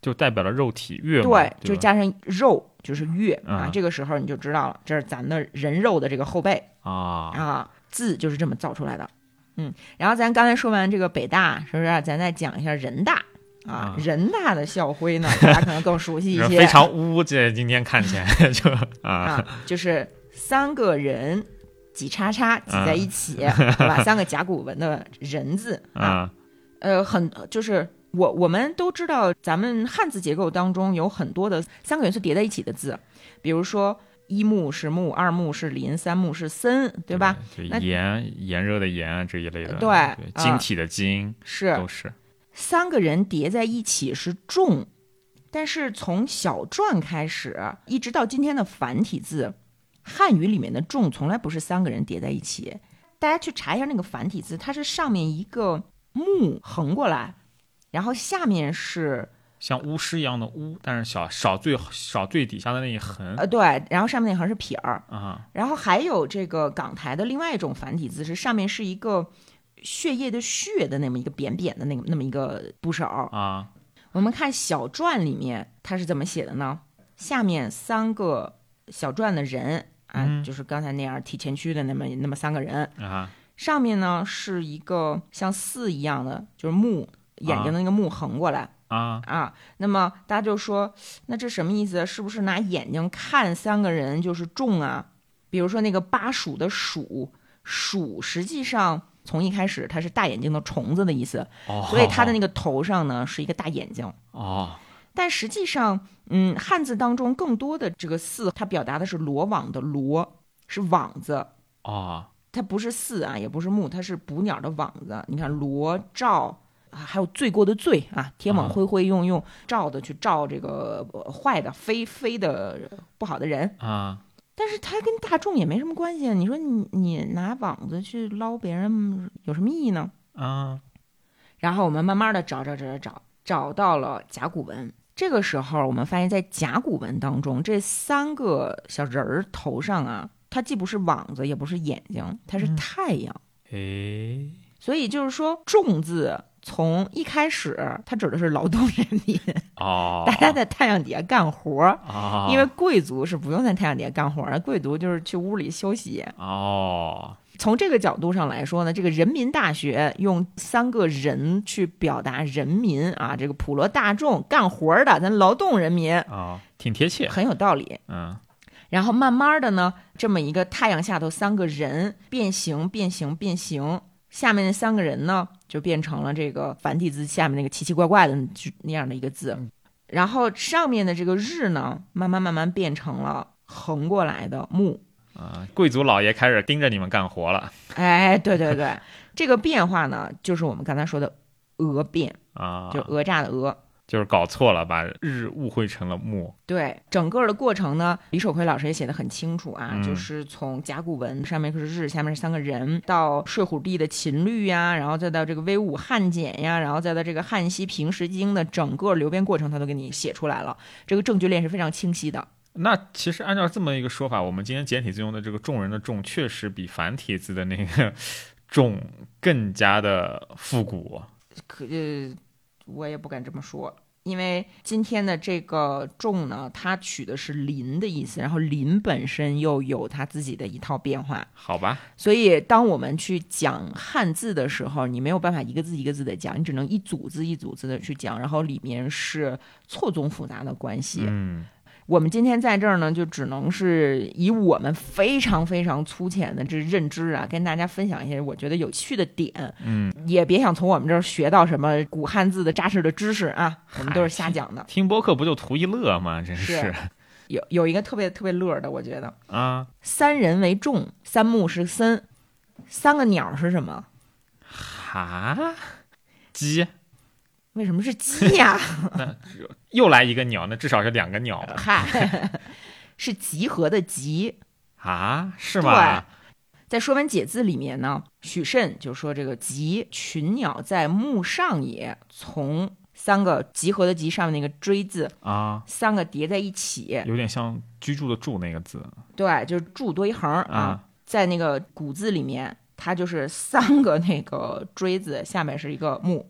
就代表了肉体月嘛， 对， 对， 就加上肉就是月、 嗯、 啊，这个时候你就知道了，这是咱的人肉的这个后背啊啊，字就是这么造出来的。嗯，然后咱刚才说完这个北大，是不是？咱再讲一下人大啊，嗯、人大的校徽呢，大家可能更熟悉一些， 非常污，这今天看起来就 啊, 啊，就是三个人几叉叉挤在一起，嗯、对吧？三个甲骨文的人字啊，嗯、呃，很就是我我们都知道，咱们汉字结构当中有很多的三个元素叠在一起的字，比如说。一木是木，二木是林，三木是森，对吧？ 对，炎炎热的炎这一类的， 对， 对晶体的晶、呃、 是都是。 三个人叠在一起是重，但是从小篆开始，一直到今天的繁体字，汉语里面的重从来不是三个人叠在一起。大家去查一下那个繁体字，它是上面一个木横过来，然后下面是。 像巫师一样的巫，但是小少最少最底下的那一横， 呃，对，然后上面那横是撇儿啊， 然后还有这个港台的另外一种繁体字是上面是一个血液的血的那么一个扁扁的那个那么一个部首啊。 我们看小篆里面它是怎么写的呢？下面三个小篆的人啊、 嗯， 就是刚才那样体前屈的那么那么三个人啊， 上面呢是一个像四一样的，就是目眼睛的那个目横过来。 啊啊，那么大家就说，那这什么意思？是不是拿眼睛看三个人就是重啊？比如说那个巴蜀的蜀，蜀实际上从一开始它是大眼睛的虫子的意思， 哦、 所以它的那个头上呢是一个大眼睛。 哦， 但实际上，嗯，汉字当中更多的这个四，它表达的是罗网的罗，是网子。 哦， 它不是四啊，也不是木，它是捕鸟的网子。你看罗罩。啊，还有罪过的罪啊，天网恢恢，用用照的去照这个坏的、非非的不好的人啊。 但是它跟大众也没什么关系。你说你你拿网子去捞别人有什么意义呢？ 啊。 然后我们慢慢的找找找找找，找到了甲骨文。这个时候我们发现，在甲骨文当中，这三个小人儿头上啊，它既不是网子，也不是眼睛，它是太阳。 诶、嗯， 所以就是说，重字。从一开始，它指的是劳动人民哦， 大家在太阳底下干活哦， 因为贵族是不用在太阳底下干活的，贵族就是去屋里休息哦。 从这个角度上来说呢，这个人民大学用三个人去表达人民啊，这个普罗大众干活的，咱劳动人民啊、哦，挺贴切， 很有道理。 嗯， 然后慢慢的呢，这么一个太阳下头三个人变形变形变形。下面那三个人呢，就变成了这个繁体字下面那个奇奇怪怪的那样的一个字，然后上面的这个日呢，慢慢慢慢变成了横过来的木。 啊，贵族老爷开始盯着你们干活了。 哎，对对对，这个变化呢，就是我们刚才说的讹变啊， 就讹诈的讹。 就是搞错了，把日误会成了木。 对，整个的过程呢，李守奎老师也写得很清楚啊、 嗯， 就是从甲骨文上面是日，下面是三个人，到睡虎地的秦律呀，然后再到这个威武汉简呀，然后再到这个汉西平时经的整个流变过程，他都给你写出来了。这个证据链是非常清晰的。 那其实按照这么一个说法，我们今天简体字用的这个众人的众，确实比繁体字的那个众更加的复古。 可呃，我也不敢这么说。因为今天的这个众呢，它取的是林的意思，然后林本身又有它自己的一套变化， 好吧？ 所以当我们去讲汉字的时候，你没有办法一个字一个字的讲，你只能一组字一组字的去讲，然后里面是错综复杂的关系。 嗯。 我们今天在这儿呢，就只能是以我们非常非常粗浅的这认知啊，跟大家分享一些我觉得有趣的点。 嗯， 也别想从我们这儿学到什么古汉字的扎实的知识啊，我们都是瞎讲的。 听播客不就图一乐吗？真是。 是有有一个特别特别乐的，我觉得啊， 三人为众，三木是森，三个鸟是什么？ 哈，鸡。 为什么是鸡呀？ 那又来一个鸟，那至少是两个鸟吧？ 嗨，是集合的集啊？是吗？ 对，在《说文解字》里面呢，许慎就说这个集群鸟在木上也，从三个集合的集上面那个锥字啊， 三个叠在一起， 有点像居住的住那个字。 对，就是住多一横啊， 啊在那个古字里面，它就是三个那个锥子下面是一个木。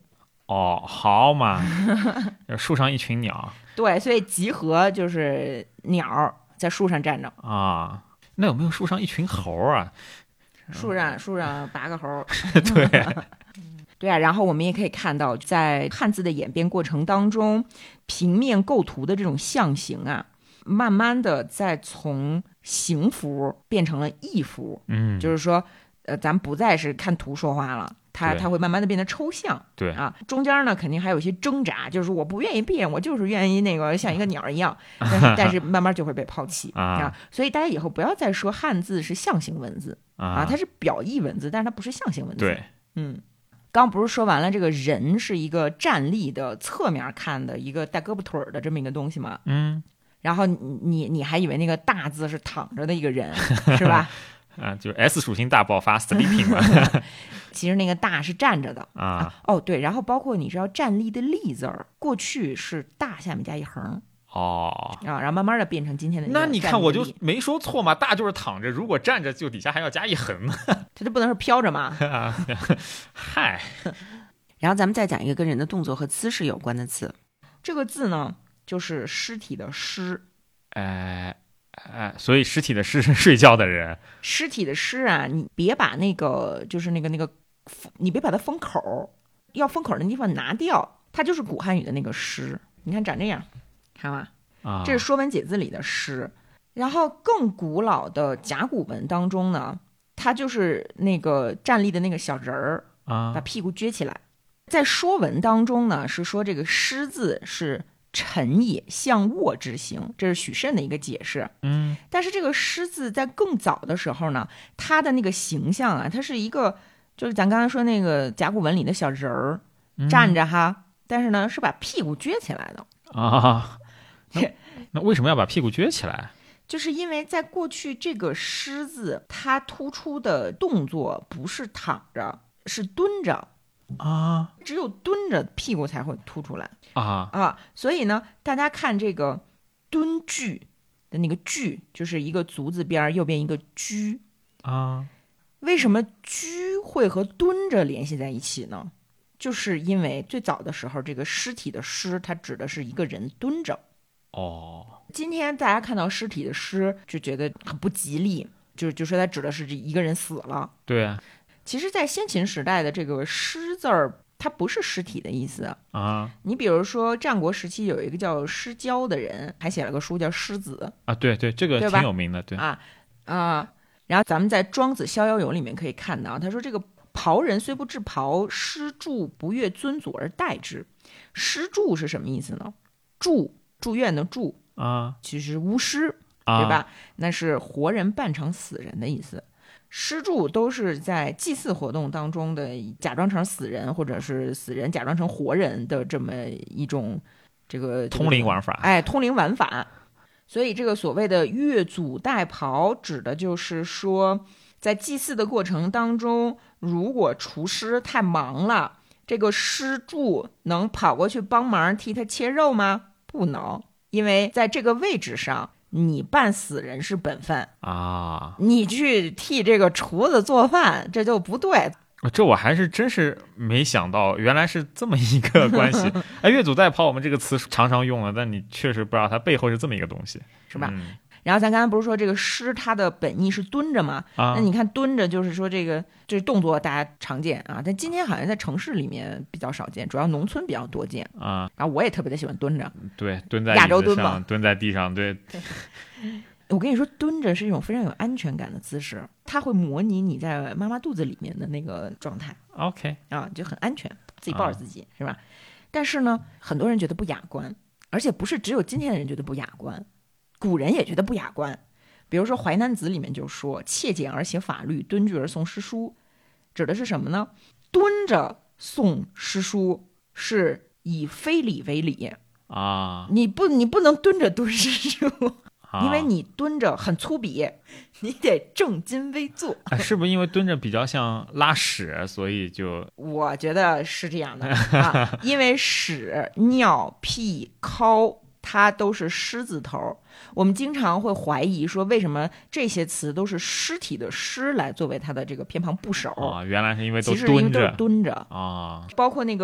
哦，好嘛，树上一群鸟。 对，所以集合就是鸟在树上站着啊。那有没有树上一群猴啊？ 树上树上八个猴。 对。 对啊，然后我们也可以看到，在汉字的演变过程当中，平面构图的这种象形啊，慢慢的在从形符变成了意符。 嗯， 就是说，呃，咱不再是看图说话了，它它会慢慢的变得抽象。 对啊，中间呢肯定还有一些挣扎，就是我不愿意变，我就是愿意那个像一个鸟一样，但是但是慢慢就会被抛弃啊, 啊。所以大家以后不要再说汉字是象形文字 啊, 啊，它是表意文字，但是它不是象形文字。 对， 嗯。刚不是说完了这个人是一个站立的侧面看的一个带胳膊腿的这么一个东西吗？ 嗯， 然后你你你还以为那个大字是躺着的一个人是吧？ 啊，就是 S 属性大爆发 sleeping 嘛。 其实那个大是站着的啊, 啊。哦对，然后包括你知道站立的立字儿，过去是大下面加一横。 哦啊，然后慢慢的变成今天的。 那你看我就没说错嘛，大就是躺着，如果站着就底下还要加一横嘛， 它就不能是飘着嘛。 嗨。 然后咱们再讲一个跟人的动作和姿势有关的字，这个字呢就是尸体的尸。 哎哎，所以尸体的尸是睡觉的人。 尸体的尸啊，你别把那个就是那个那个，你别把它封口，要封口的地方拿掉，它就是古汉语的那个尸。你看长这样。看吧，这是《说文解字》里的诗。然后更古老的甲骨文当中呢，它就是那个站立的那个小人儿啊，把屁股撅起来。在《说文》当中呢，是说这个诗字是沉也，向卧之形，这是许慎的一个解释。 嗯， 但是这个诗字在更早的时候呢，它的那个形象啊，它是一个就是咱刚才说那个甲骨文里的小人儿、嗯、站着哈，但是呢是把屁股撅起来的啊。那, 那为什么要把屁股撅起来？ 就是因为在过去这个狮字它突出的动作不是躺着，是蹲着啊， 只有蹲着屁股才会凸出来啊啊，所以呢大家看这个蹲踞的那个踞，就是一个足字边右边一个居啊， 为什么居会和蹲着联系在一起呢？就是因为最早的时候这个尸体的尸它指的是一个人蹲着。 哦， 今天大家看到尸体的尸就觉得很不吉利，就就说它指的是一个人死了。 对啊， 其实在先秦时代的这个尸字儿它不是尸体的意思啊。 你比如说战国时期有一个叫施交的人，还写了个书叫诗子啊，对对，这个挺有名的。对啊啊，然后咱们在庄子逍遥游里面可以看到，他说这个袍人虽不至袍，施祝不越尊祖而待之。施祝是什么意思呢？祝住院的住啊， 其实巫师、啊、对吧？那是活人扮成死人的意思。施祝都是在祭祀活动当中的假装成死人，或者是死人假装成活人的这么一种这个通灵玩法。 哎，通灵玩法。所以这个所谓的越俎代庖，指的就是说，在祭祀的过程当中，如果厨师太忙了，这个施祝能跑过去帮忙替他切肉吗？不能，因为在这个位置上，你扮死人是本分啊， 你去替这个厨子做饭，这就不对。 这我还是真是没想到，原来是这么一个关系。哎，越俎代庖，我们这个词常常用了，但你确实不知道它背后是这么一个东西， 是吧？ 嗯、 然后咱刚才不是说这个诗它的本意是蹲着吗？ 啊， 那你看蹲着就是说这个这动作大家常见啊，但今天好像在城市里面比较少见，主要农村比较多见啊。 然后我也特别的喜欢蹲着， 对，蹲在亚洲蹲吧， 蹲在地上，对。 我跟你说，蹲着是一种非常有安全感的姿势，它会模拟你在妈妈肚子里面的那个状态。 OK 啊，就很安全，自己抱着自己、啊、是吧？但是呢，很多人觉得不雅观，而且不是只有今天的人觉得不雅观，古人也觉得不雅观。比如说《淮南子》里面就说：“切简而写法律，蹲踞而诵诗书。”指的是什么呢？蹲着诵诗书是以非礼为礼啊， 你不你不能蹲着读诗书。因为你蹲着很粗鄙，你得正襟危坐、 啊、是不是因为蹲着比较像拉屎，所以就我觉得是这样的啊，因为屎尿屁尻它都是狮字头，我们经常会怀疑说为什么这些词都是尸体的尸来作为它的这个偏旁部首啊，原来是因为都其实因为都是蹲着啊， 包括那个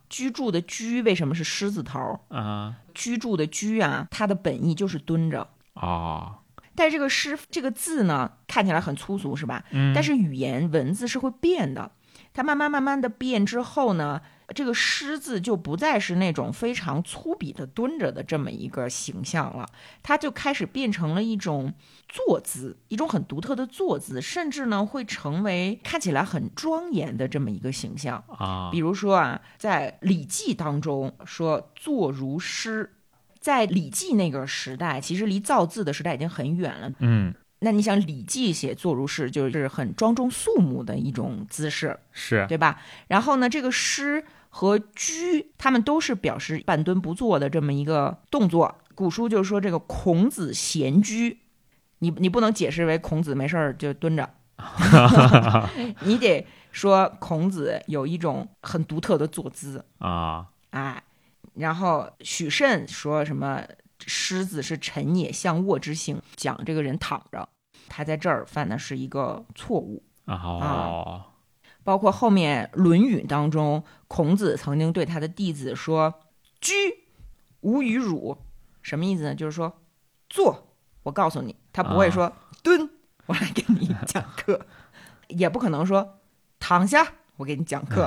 居住的居为什么是狮字头啊？ 居住的居啊，它的本意就是蹲着啊、哦。 但是这个狮这个字呢，看起来很粗俗是吧？ 嗯。 但是语言文字是会变的，它慢慢慢慢的变之后呢，这个狮字就不再是那种非常粗鄙的蹲着的这么一个形象了，它就开始变成了一种坐姿，一种很独特的坐姿，甚至呢会成为看起来很庄严的这么一个形象啊。 比如说啊，在《礼记》当中说坐如狮，在《礼记》那个时代，其实离造字的时代已经很远了。 嗯， 那你想，《礼记》写坐如狮，就是很庄重肃穆的一种姿势， 是对吧？然后呢，这个狮和居，他们都是表示半蹲不坐的这么一个动作。古书就说这个孔子闲居，你你不能解释为孔子没事儿就蹲着，你得说孔子有一种很独特的坐姿啊， 哎。然后许慎说什么狮子是臣也，向卧之形，讲这个人躺着，他在这儿犯的是一个错误哦、 啊。包括后面《论语》当中，孔子曾经对他的弟子说：“居，吾与汝。”什么意思呢？就是说坐，我告诉你，他不会说、啊、蹲，我来给你讲课，也不可能说躺下，我给你讲课。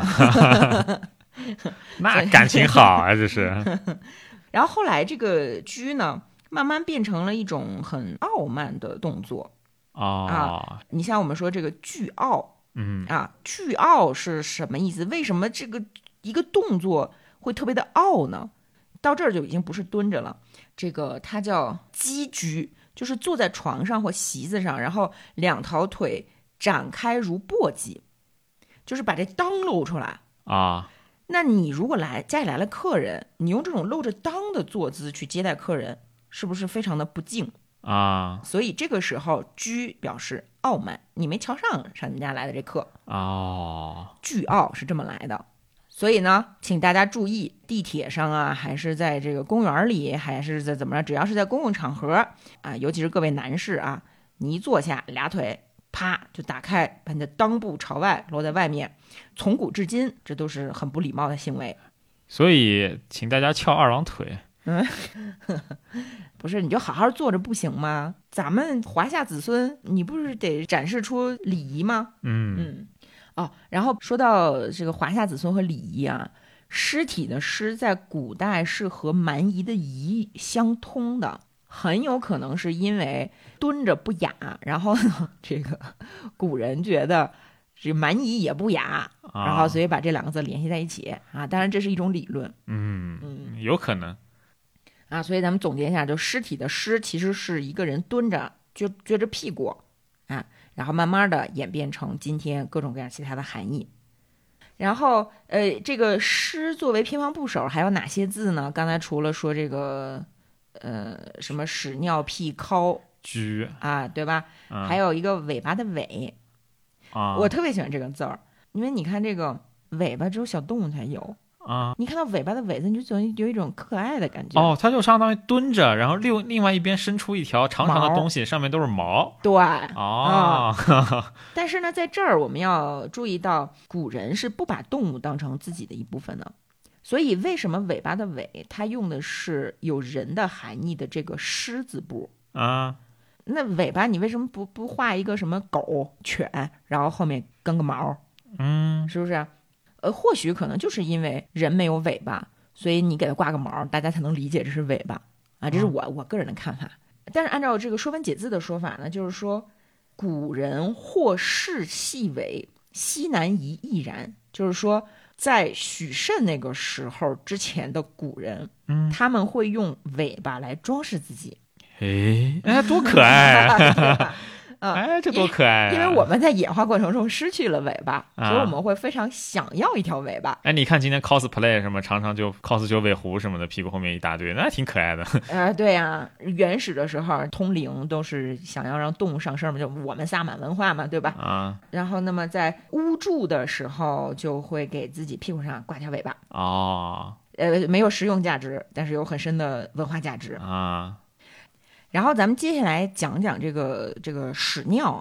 那感情好啊，这是。 然后后来这个居呢，慢慢变成了一种很傲慢的动作、 哦、 啊。你像我们说这个倨傲， 嗯啊，倨傲是什么意思？为什么这个一个动作会特别的傲呢？到这儿就已经不是蹲着了，这个它叫箕居，就是坐在床上或席子上，然后两条腿展开如簸箕，就是把这裆露出来啊。 那你如果来家里来了客人，你用这种露着裆的坐姿去接待客人，是不是非常的不敬啊？ 所以这个时候居表示傲慢，你没瞧上上你家来的这客哦， 倨傲是这么来的。所以呢，请大家注意，地铁上啊，还是在这个公园里，还是在怎么着，只要是在公共场合啊，尤其是各位男士啊，你一坐下，俩腿啪就打开，把你的裆部朝外露在外面，从古至今这都是很不礼貌的行为。 所以请大家翘二郎腿。 嗯，不是，你就好好坐着不行吗？咱们华夏子孙，你不是得展示出礼仪吗？ 嗯嗯。哦，然后说到这个华夏子孙和礼仪啊，尸体的尸在古代是和蛮夷的夷相通的，很有可能是因为蹲着不雅，然后呢，这个古人觉得这蛮夷也不雅， 啊、 然后所以把这两个字联系在一起啊。当然这是一种理论， 嗯嗯，有可能啊。所以咱们总结一下，就尸体的尸其实是一个人蹲着，撅撅着屁股啊。然后慢慢的演变成今天各种各样其他的含义。然后呃，这个尸作为偏旁部首还有哪些字呢？刚才除了说这个呃什么屎尿屁尻居啊，对吧、 嗯、 还有一个尾巴的尾啊， 我特别喜欢这个字儿，因为你看这个尾巴只有小动物才有啊， 你看到尾巴的尾字，你就总有一种可爱的感觉。 哦，它就相当于蹲着，然后另另外一边伸出一条长长的东西，上面都是毛。 对， 哦、 嗯。但是呢，在这儿我们要注意到，古人是不把动物当成自己的一部分的，所以为什么尾巴的尾，它用的是有人的含义的这个狮字部啊？ 那尾巴你为什么不不画一个什么狗、犬，然后后面跟个毛？ 嗯， 是不是？呃，或许可能就是因为人没有尾巴，所以你给它挂个毛，大家才能理解这是尾巴啊。这是我、嗯、我个人的看法。但是按照这个《说文解字》的说法呢，就是说古人或视细尾，西南夷亦然。就是说，在许慎那个时候之前的古人， 嗯， 他们会用尾巴来装饰自己。 哎，哎，多可爱、啊！ 嗯、 哎，这多可爱、啊！ 因为我们在演化过程中失去了尾巴、 啊， 所以我们会非常想要一条尾巴。 哎，你看今天 cosplay 什么，常常就 cos 九尾狐什么的，屁股后面一大堆，那还挺可爱的。 呃，对呀、啊，原始的时候通灵都是想要让动物上身嘛，就我们萨满文化嘛，对吧？ 啊。 然后，那么在巫祝的时候，就会给自己屁股上挂条尾巴。 哦。 呃，没有实用价值，但是有很深的文化价值啊。 然后咱们接下来讲讲这个这个屎尿啊，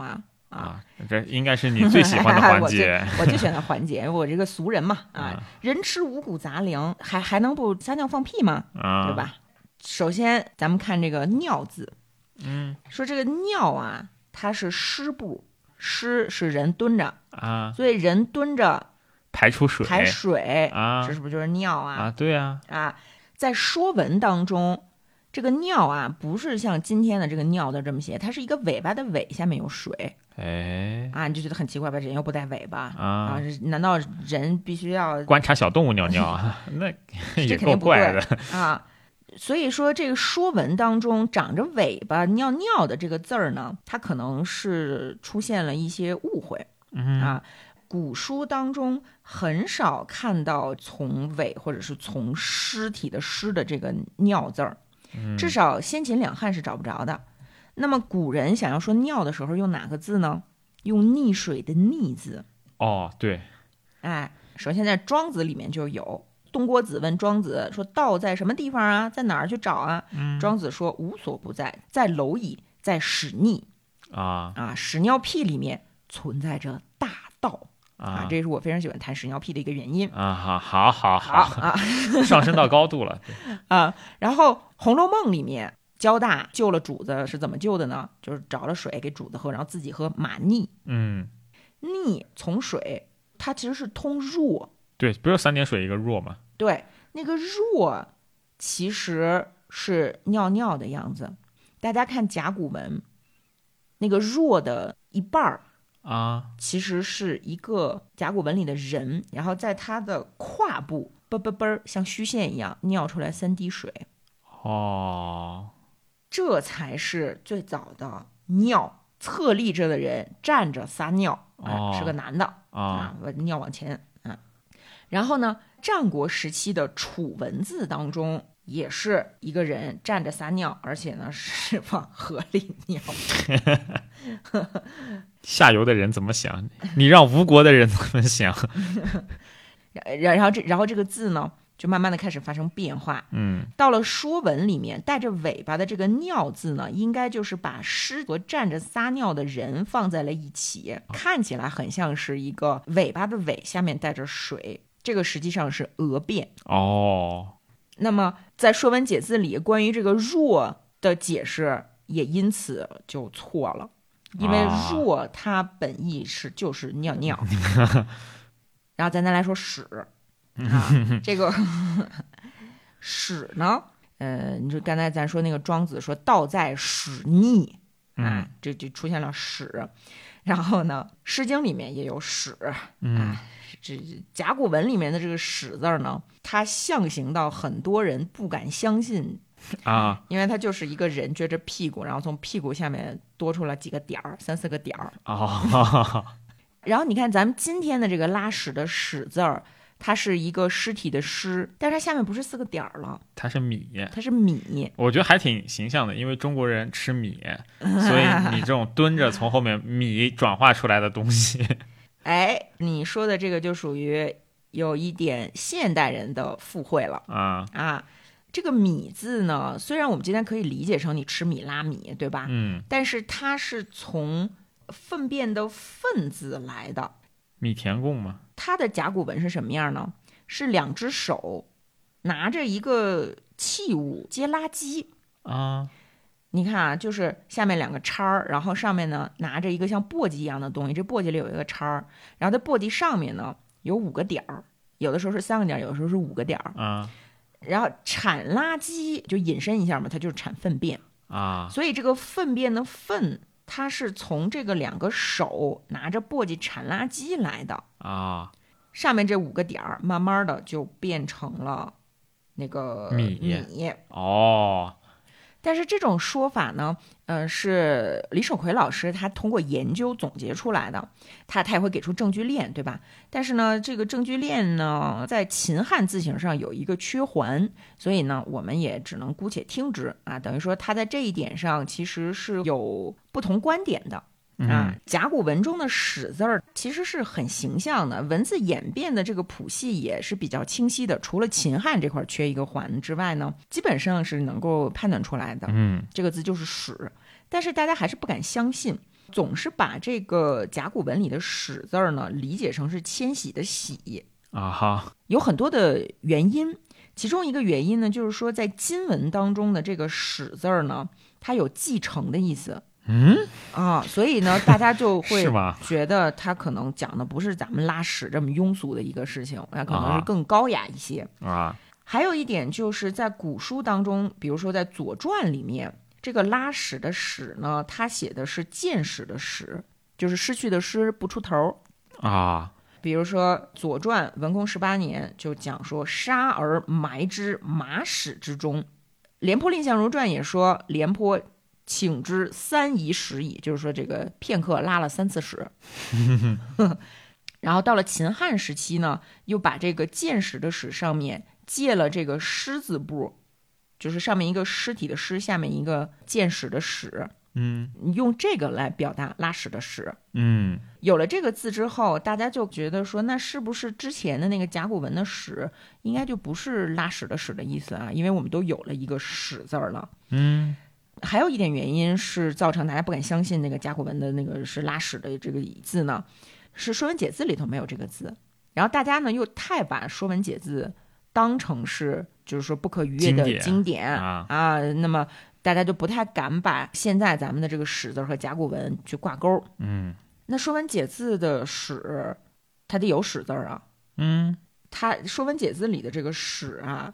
啊，这应该是你最喜欢的环节。 我最喜欢的环节，我这个俗人嘛啊，人吃五谷杂粮，还还能不撒尿放屁吗？啊，对吧？首先，咱们看这个尿字， 嗯， 说这个尿啊，它是湿部，湿是人蹲着啊， 所以人蹲着排出水， 排水啊， 这是不是就是尿啊？ 啊，对啊， 啊，在《说文》当中。这个尿啊，不是像今天的这个尿的这么写，它是一个尾巴的尾下面有水， 哎， 啊，你就觉得很奇怪吧？人又不带尾巴啊， 啊，难道人必须要观察小动物尿尿啊？那也够怪的啊！所以说，这个《说文》当中长着尾巴尿尿的这个字儿呢，它可能是出现了一些误会、 嗯、 啊。古书当中很少看到从尾或者是从尸体的尸的这个尿字儿。至少先秦两汉是找不着的。那么古人想要说尿的时候用哪个字呢？用溺水的溺字。 哦，对。 哎，首先在庄子里面就有，东郭子问庄子说道在什么地方啊，在哪儿去找啊、 嗯、 庄子说无所不在，在蝼蚁，在屎溺啊啊，屎尿屁里面存在着大道啊，这是我非常喜欢谈屎尿屁的一个原因啊！好，好，好， 好啊， 上升到高度了啊。然后《红楼梦》里面，焦大救了主子是怎么救的呢？就是找了水给主子喝，然后自己喝马溺。 嗯， 溺从水，它其实是通弱。 对，不是三点水一个弱吗？ 对，那个弱其实是尿尿的样子。大家看甲骨文，那个弱的一半儿。 啊， 其实是一个甲骨文里的人，然后在他的胯部啵啵啵像虚线一样尿出来三滴水。 哦， 这才是最早的尿，侧立着的人站着撒尿，啊、 哦、 是个男的啊， 尿往前啊。然后呢，战国时期的楚文字当中也是一个人站着撒尿，而且呢是往河里尿。 下游的人怎么想？你让吴国的人怎么想？ 然后这然后这个字呢，就慢慢的开始发生变化。 嗯， 到了《说文》里面，带着尾巴的这个“尿”字呢，应该就是把尸和站着撒尿的人放在了一起，看起来很像是一个尾巴的尾下面带着水。这个实际上是讹辩哦。 那么在《说文解字》里，关于这个“弱”的解释也因此就错了。因为弱它本意是就是尿尿，然后咱再来说屎啊，这个屎呢，呃，你说刚才咱说那个庄子说道在屎溺啊，这就出现了屎。然后呢，《诗经》里面也有屎啊，这甲骨文里面的这个屎字呢，它象形到很多人不敢相信。 啊， 因为它就是一个人撅着屁股，然后从屁股下面多出来几个点儿，三四个点儿。 哦， 然后你看咱们今天的这个拉屎的屎字儿，它是一个尸体的尸，但是它下面不是四个点儿了， 它是米， 它是米。 我觉得还挺形象的，因为中国人吃米，所以你这种蹲着从后面米转化出来的东西， 哎，你说的这个就属于有一点现代人的附会了啊啊。这个米字呢，虽然我们今天可以理解成你吃米拉米，对吧？ 嗯， 但是它是从粪便的粪字来的。 米田共吗？ 它的甲骨文是什么样呢？是两只手拿着一个器物接垃圾啊。 你看啊，就是下面两个叉儿，然后上面呢拿着一个像簸箕一样的东西，这簸箕里有一个叉儿，然后在簸箕上面呢有五个点儿，有的时候是三个点儿，有的时候是五个点儿啊。 然后产垃圾就引申一下嘛，它就是产粪便啊， 所以这个粪便的粪，它是从这个两个手拿着簸箕产垃圾来的啊。 上面这五个点儿，慢慢的就变成了那个米米哦。 但是这种说法呢，呃，是李守奎老师他通过研究总结出来的，他他也会给出证据链，对吧？但是呢，这个证据链呢，在秦汉字形上有一个缺环，所以呢，我们也只能姑且听之啊。等于说他在这一点上其实是有不同观点的。啊，甲骨文中的屎字儿其实是很形象的，文字演变的这个谱系也是比较清晰的。除了秦汉这块缺一个环之外呢，基本上是能够判断出来的。 嗯， 这个字就是屎，但是大家还是不敢相信。 总是把这个甲骨文里的始字呢理解成是迁徙的徙啊哈， 有很多的原因，其中一个原因呢，就是说在金文当中的这个始字呢，它有继承的意思。 嗯啊，所以呢，大家就会是吗觉得它可能讲的不是咱们拉屎这么庸俗的一个事情，它可能是更高雅一些啊。 还有一点就是在古书当中，比如说在《左传》里面，这个拉屎的屎呢，它写的是见屎的屎，就是失去的失不出头啊。 比如说《左传》文公十八年就讲说杀而埋之马屎之中，廉颇蔺相如传也说廉颇请之三夷屎矣，就是说这个片刻拉了三次屎然后到了秦汉时期呢，又把这个见屎的屎上面借了这个尸字部，就是上面一个尸体的尸，下面一个见屎的屎， 嗯， 用这个来表达拉屎的屎。 嗯， 有了这个字之后，大家就觉得说，那是不是之前的那个甲骨文的屎应该就不是拉屎的屎的意思啊？因为我们都有了一个屎字了。 嗯， 还有一点原因是造成大家不敢相信那个甲骨文的那个是拉屎的这个字呢，是《说文解字》里头没有这个字，然后大家呢又太把《说文解字》当成是就是说不可逾越的经典, 经典啊, 啊， 那么大家就不太敢把现在咱们的这个史字和甲骨文去挂钩。 嗯， 那《说文解字》的史，它得有史字啊。 嗯， 它《说文解字》里的这个史啊，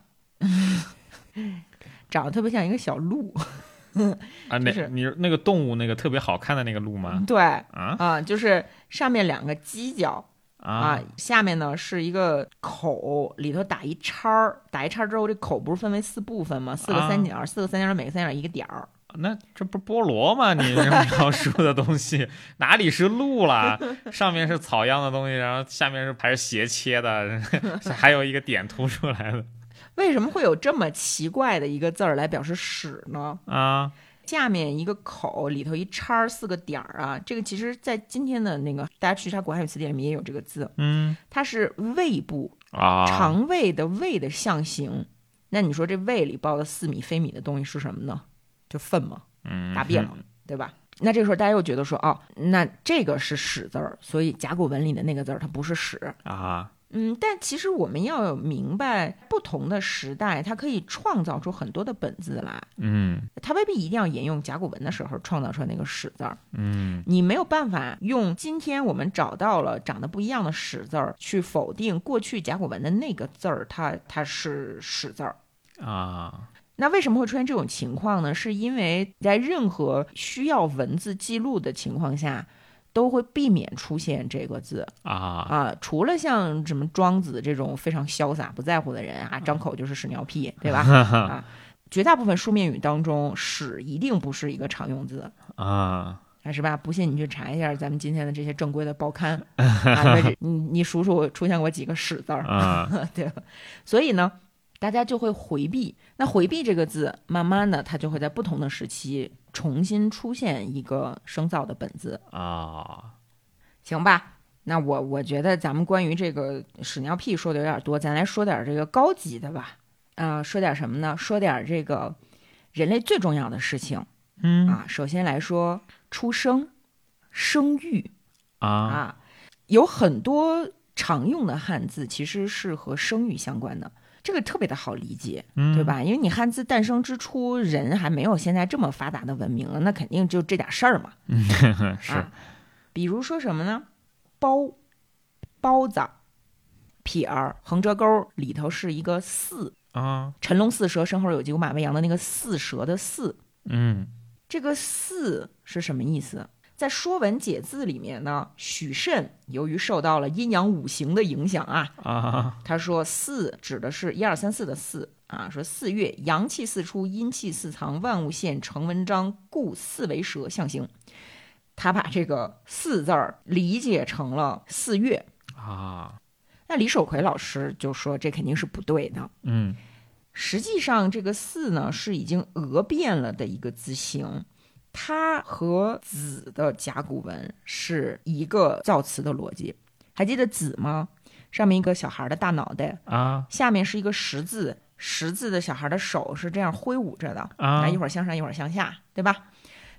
长得特别像一个小鹿。 啊，那、 就是你那个动物那个特别好看的那个鹿吗？ 对啊啊，就是上面两个犄角。 啊, 啊，下面呢是一个口，里头打一叉儿，打一叉之后，这口不是分为四部分吗？四个三角，啊、四个三角，每个三角一个点儿。 那这不菠萝吗？你描述的东西哪里是鹿啦？上面是草样的东西，然后下面是还是斜切的，还有一个点凸出来的。 为什么会有这么奇怪的一个字儿来表示屎呢？ 啊。 下面一个口，里头一叉，四个点儿啊，这个其实在今天的那个大家去查国汉语词典里面也有这个字， 嗯， 它是胃部啊， 肠胃的胃的象形。那你说这胃里包的似米非米的东西是什么呢？就粪嘛， 嗯， 大便了，对吧？那这个时候大家又觉得说，哦，那这个是屎字儿，所以甲骨文里的那个字儿它不是屎啊。 嗯，但其实我们要明白，不同的时代，它可以创造出很多的本字来。 嗯， 它未必一定要沿用甲骨文的时候创造出来那个屎字儿。 嗯， 你没有办法用今天我们找到了长得不一样的屎字儿去否定过去甲骨文的那个字儿，它它是屎字儿啊。 那为什么会出现这种情况呢？是因为在任何需要文字记录的情况下，都会避免出现这个字啊啊，除了像什么庄子这种非常潇洒不在乎的人啊，张口就是屎尿屁，对吧？啊，绝大部分书面语当中，屎一定不是一个常用字啊， 是吧？不信你去查一下咱们今天的这些正规的报刊啊，你你数数出现过几个屎字儿啊？ 对吧？所以呢，大家就会回避。那回避这个字，慢慢的它就会在不同的时期重新出现一个生造的本字啊， 行吧？那我我觉得咱们关于这个屎尿屁说的有点多，咱来说点这个高级的吧。啊、呃，说点什么呢？说点这个人类最重要的事情。 嗯啊，首先来说出生、生育啊啊，有很多常用的汉字其实是和生育相关的。这个特别的好理解，对吧？因为你汉字诞生之初，人还没有现在这么发达的文明，那肯定就这点事儿嘛。 是、 啊，比如说什么呢？包、包子、撇儿、横折钩里头是一个四啊， 辰龙巳蛇申猴酉鸡午马未羊的那个巳蛇的巳。 嗯， 这个巳是什么意思？在《说文解字》里面呢，许慎由于受到了阴阳五行的影响啊， 啊， 他说四指的是一二三四的四啊，说四月阳气四出，阴气四藏，万物现成文章，故四为蛇象形。他把这个四字儿理解成了四月啊。 那李守奎老师就说这肯定是不对的。 嗯， 实际上这个四呢是已经讹变了的一个字形。它和子的甲骨文是一个造词的逻辑，还记得子吗？上面一个小孩的大脑袋啊， 下面是一个十字，十字的小孩的手是这样挥舞着的啊， 一会儿向上一会儿向下，对吧？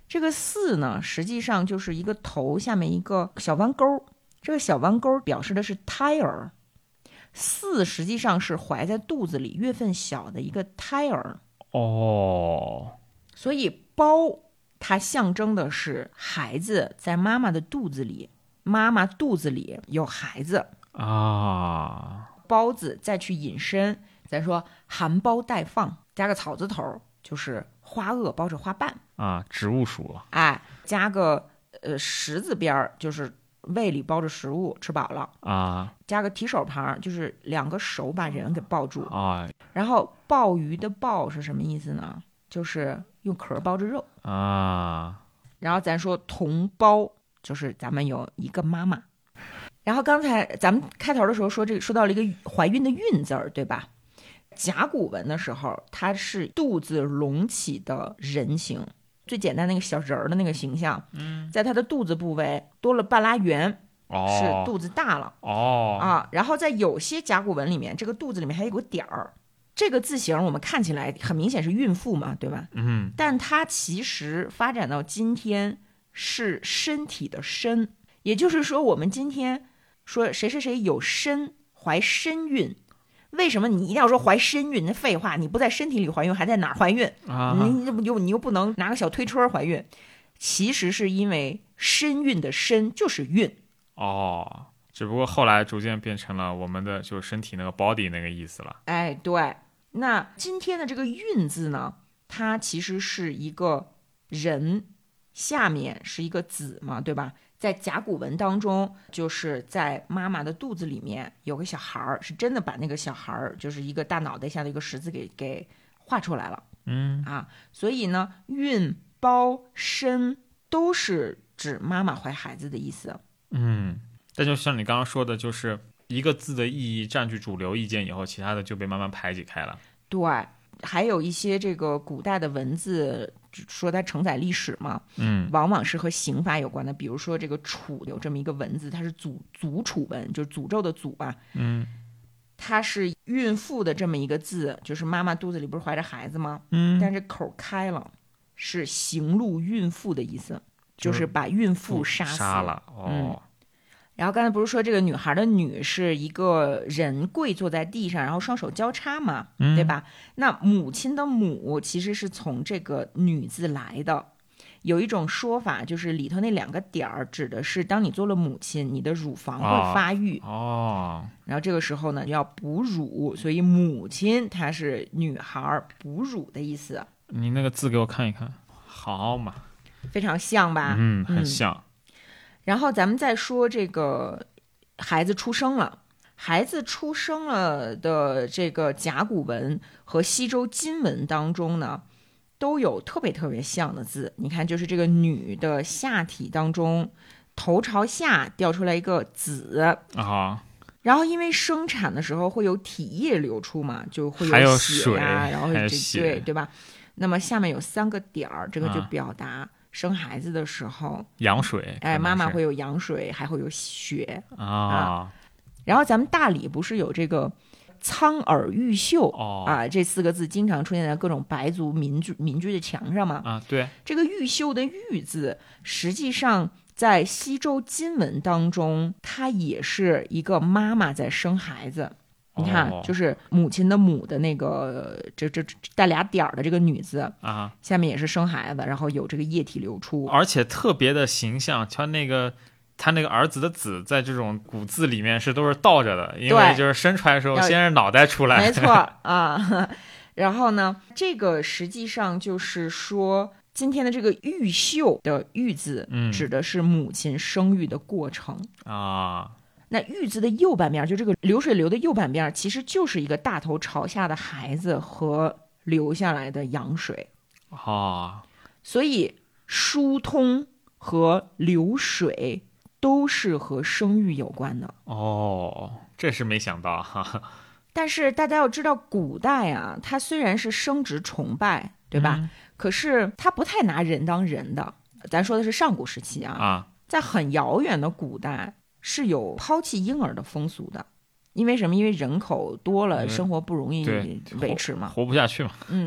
这个四呢，实际上就是一个头下面一个小弯钩，这个小弯钩表示的是胎儿。四实际上是怀在肚子里月份小的一个胎儿。 哦， 所以包它象征的是孩子在妈妈的肚子里，妈妈肚子里有孩子啊。 包子再去引申，再说含苞待放，加个草字头就是花萼包着花瓣啊，植物属了。 哎，加个呃十字边就是胃里包着食物，吃饱了啊， 加个提手旁，就是两个手把人给抱住啊。 然后鲍鱼的鲍是什么意思呢？就是用壳包着肉啊。 然后咱说同胞，就是咱们有一个妈妈。然后刚才咱们开头的时候说这个说到了一个怀孕的孕字儿，对吧？甲骨文的时候，它是肚子隆起的人形，最简单那个小人儿的那个形象， 嗯， 在它的肚子部位多了半拉圆， 哦， 是肚子大了哦啊。然后在有些甲骨文里面，这个肚子里面还有个点儿，这个字形我们看起来很明显是孕妇嘛，对吧？ 嗯， 但它其实发展到今天是身体的身，也就是说，我们今天说谁谁谁有身怀身孕。为什么你一定要说怀身孕？那废话，你不在身体里怀孕，还在哪儿怀孕？ 啊， 你又你又不能拿个小推车怀孕。其实是因为身孕的身就是孕哦，只不过后来逐渐变成了我们的就是身体那个 body 那个意思了。 哎，对。那今天的这个孕字呢，它其实是一个人，下面是一个子嘛，对吧？在甲骨文当中，就是在妈妈的肚子里面有个小孩儿，是真的把那个小孩儿就是一个大脑袋下的一个十字给给画出来了。 嗯啊，所以呢，孕、包、身都是指妈妈怀孩子的意思。 嗯，但就像你刚刚说的，就是一个字的意义占据主流意见以后，其他的就被慢慢排挤开了。 对，还有一些这个古代的文字说它承载历史嘛， 嗯， 往往是和刑法有关的。比如说这个楚有这么一个文字，它是诅诅楚文，就是诅咒的诅啊。 嗯， 它是孕妇的这么一个字，就是妈妈肚子里不是怀着孩子吗？ 嗯， 但是口开了，是刑戮孕妇的意思，就是把孕妇杀死杀了。哦、 嗯。然后刚才不是说这个女孩的女是一个人跪坐在地上，然后双手交叉嘛， 嗯、 对吧？那母亲的母其实是从这个女字来的。有一种说法就是里头那两个点儿指的是当你做了母亲，你的乳房会发育。 哦。哦， 然后这个时候呢要哺乳，所以母亲她是女孩哺乳的意思。 你那个字给我看一看。好嘛， 非常像吧？ 嗯，很像。 嗯然后咱们再说这个孩子出生了，孩子出生了的这个甲骨文和西周金文当中呢，都有特别特别像的字。你看，就是这个女的下体当中，头朝下掉出来一个子啊， 然后因为生产的时候会有体液流出嘛，就会有血呀、啊，然后这对对吧？那么下面有三个点儿，这个就表达。啊生孩子的时候， 羊水， 哎，妈妈会有羊水，还会有血啊, 啊。然后咱们大理不是有这个苍耳玉袖、 哦、 啊，这四个字经常出现在各种白族民居民居的墙上嘛。 啊，对， 这个玉袖的玉字，实际上在西周金文当中，它也是一个妈妈在生孩子。你看， 哦、 就是母亲的母的那个这这带俩点儿的这个女字啊， 下面也是生孩子，然后有这个液体流出， 而且特别的形象。他那个他那个儿子的子，在这种古字里面是都是倒着的，因为就是生出来的时候先是脑袋出来， 没错啊。然后呢，这个实际上就是说，今天的这个玉袖的玉字， 嗯， 指的是母亲生育的过程啊。 那玉字的右半边，就这个流水流的右半边，其实就是一个大头朝下的孩子和流下来的羊水啊。 所以疏通和流水都是和生育有关的。 哦，这是没想到哈。 但是大家要知道，古代啊，它虽然是生殖崇拜，对吧？ 嗯、 可是它不太拿人当人的。咱说的是上古时期啊， 啊， 在很遥远的古代。是有抛弃婴儿的风俗的，因为什么？因为人口多了，生活不容易维持嘛， 活不下去嘛。 嗯，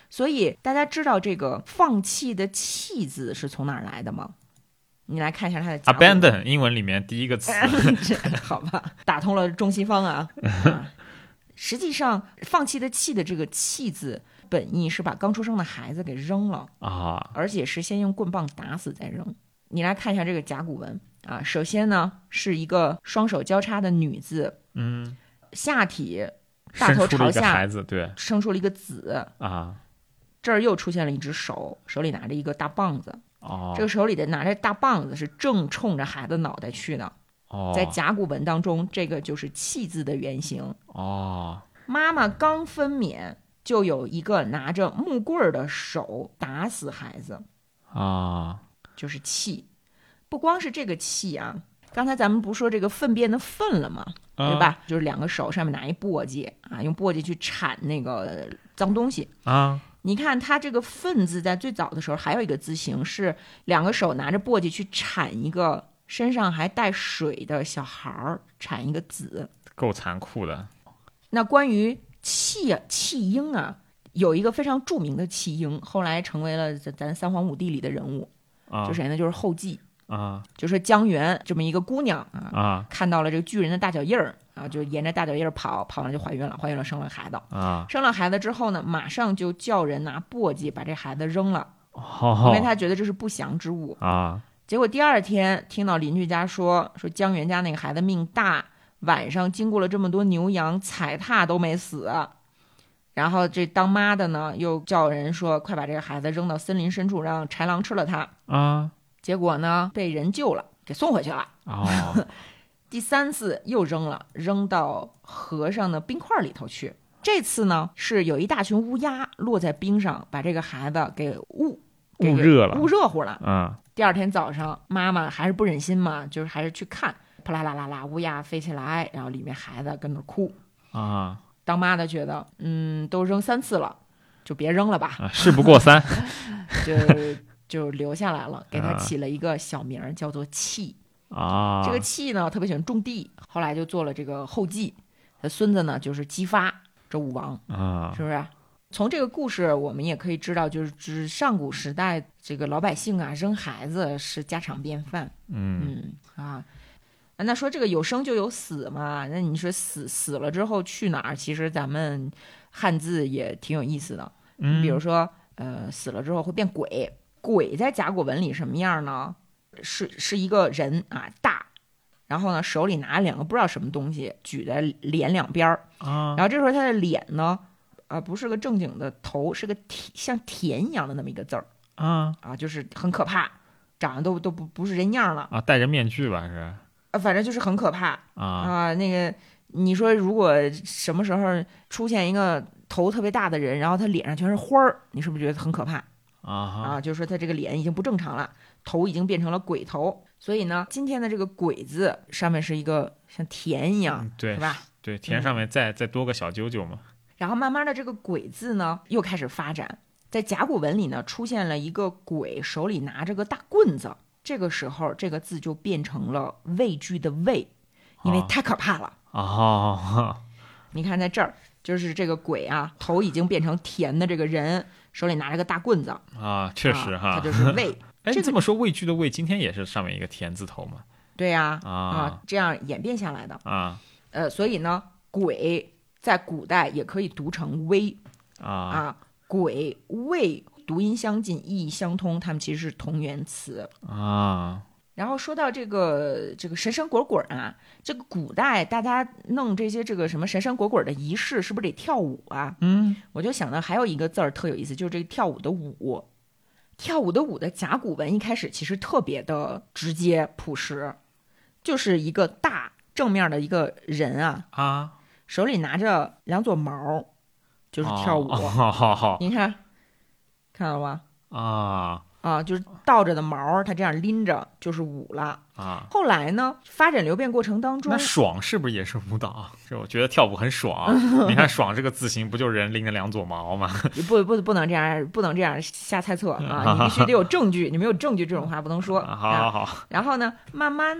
所以大家知道这个放弃的弃字是从哪儿来的吗？你来看一下它的甲骨文 abandon 英文里面第一个词好吧，打通了中西方啊。啊实际上放弃的弃的这个弃字本意是把刚出生的孩子给扔了啊， 而且是先用棍棒打死再扔。你来看一下这个甲骨文啊，首先呢是一个双手交叉的女字， 嗯， 下体大头朝下， 孩子对， 生出了一个子啊， 这儿又出现了一只手，手里拿着一个大棒子， 哦， 这个手里的拿着大棒子是正冲着孩子脑袋去的。 哦， 在甲骨文当中，这个就是弃字的原型。 哦， 妈妈刚分娩，就有一个拿着木棍的手打死孩子， 啊， 就是弃。不光是这个弃啊，刚才咱们不说这个粪便的粪了吗？对吧？啊、就是两个手上面拿一簸箕啊，用簸箕去铲那个脏东西啊。 你看它这个粪字在最早的时候还有一个字形是两个手拿着簸箕去铲一个身上还带水的小孩儿，产一个子， 够残酷的。 那关于弃弃婴啊，有一个非常著名的弃婴，后来成为了咱三皇五帝里的人物， 啊、 就是谁呢？就是后稷啊， 就是江源这么一个姑娘啊， 啊看到了这个巨人的大脚印儿啊，就沿着大脚印儿跑，跑完了就怀孕了，怀孕了生了孩子啊， 生了孩子之后呢，马上就叫人拿簸箕把这孩子扔了， 哦、 因为他觉得这是不祥之物啊。 结果第二天听到邻居家说说江源家那个孩子命大，晚上经过了这么多牛羊踩踏都没死，然后这当妈的呢又叫人说快把这个孩子扔到森林深处让豺狼吃了他啊， 结果呢被人救了，给送回去了。 哦， 第三次又扔了，扔到河上的冰块里头去。这次呢是有一大群乌鸦落在冰上，把这个孩子给捂捂热了， 捂热乎了。 嗯。 第二天早上，妈妈还是不忍心嘛，就是还是去看，啪啦啦啦啦，乌鸦飞起来，然后里面孩子跟着哭啊。 当妈的觉得，嗯，都扔三次了，就别扔了吧， 啊、事不过三， 就就留下来了，给他起了一个小名、啊、叫做弃啊。 这个弃呢，特别喜欢种地，后来就做了这个后稷，他孙子呢就是姬发周武王啊， 是不是？从这个故事我们也可以知道，就是上古时代这个老百姓啊扔孩子是家常便饭。 嗯嗯啊，那说这个有生就有死嘛，那你说死死了之后去哪儿？其实咱们汉字也挺有意思的。 嗯， 比如说呃死了之后会变鬼，鬼在甲骨文里什么样呢？是是一个人啊大，然后呢手里拿两个不知道什么东西举在脸两边儿啊， 然后这时候他的脸呢啊，不是个正经的头，是个田像田一样的那么一个字儿啊啊，就是很可怕，长得都都不不是人样了啊，戴着面具吧是啊，反正就是很可怕啊啊。那个你说如果什么时候出现一个头特别大的人，然后他脸上全是花儿，你是不是觉得很可怕啊？ 啊，就是说他这个脸已经不正常了，头已经变成了鬼头。所以呢，今天的这个鬼字上面是一个像田一样， 嗯、对， 是吧？ 对，田上面再、嗯、再多个小揪揪嘛。 然后慢慢的这个鬼字呢又开始发展，在甲骨文里呢出现了一个鬼手里拿着个大棍子，这个时候这个字就变成了畏惧的畏，因为太可怕了啊、哦！ 你看在这儿就是这个鬼啊，头已经变成田的这个人手里拿着个大棍子啊，确实哈， 他就是畏。 哎， 这个这么说畏惧的畏今天也是上面一个田字头嘛？ 对呀啊, 啊，这样演变下来的啊。 呃，所以呢，鬼在古代也可以读成危啊啊，鬼畏读音相近，意义相通，它们其实是同源词啊。 然后说到这个这个神神鬼鬼啊，这个古代大家弄这些这个什么神神鬼鬼的仪式，是不是得跳舞啊？ 嗯， 我就想到还有一个字儿特有意思，就是这个跳舞的舞。跳舞的舞的甲骨文一开始其实特别的直接朴实，就是一个大正面的一个人啊啊， 手里拿着两撮毛，就是跳舞。 哦哦哦哦、 你看，看到吗？ 啊啊，就是倒着的毛，他这样拎着就是舞了啊。 后来呢，发展流变过程当中， 那爽是不是也是舞蹈？是我觉得跳舞很爽。你看“爽”这个字形，不就人拎着两撮毛吗？ 不不不能这样，不能这样瞎猜测啊！你必须得有证据，你没有证据这种话不能说。 好好好。 然后呢，慢慢的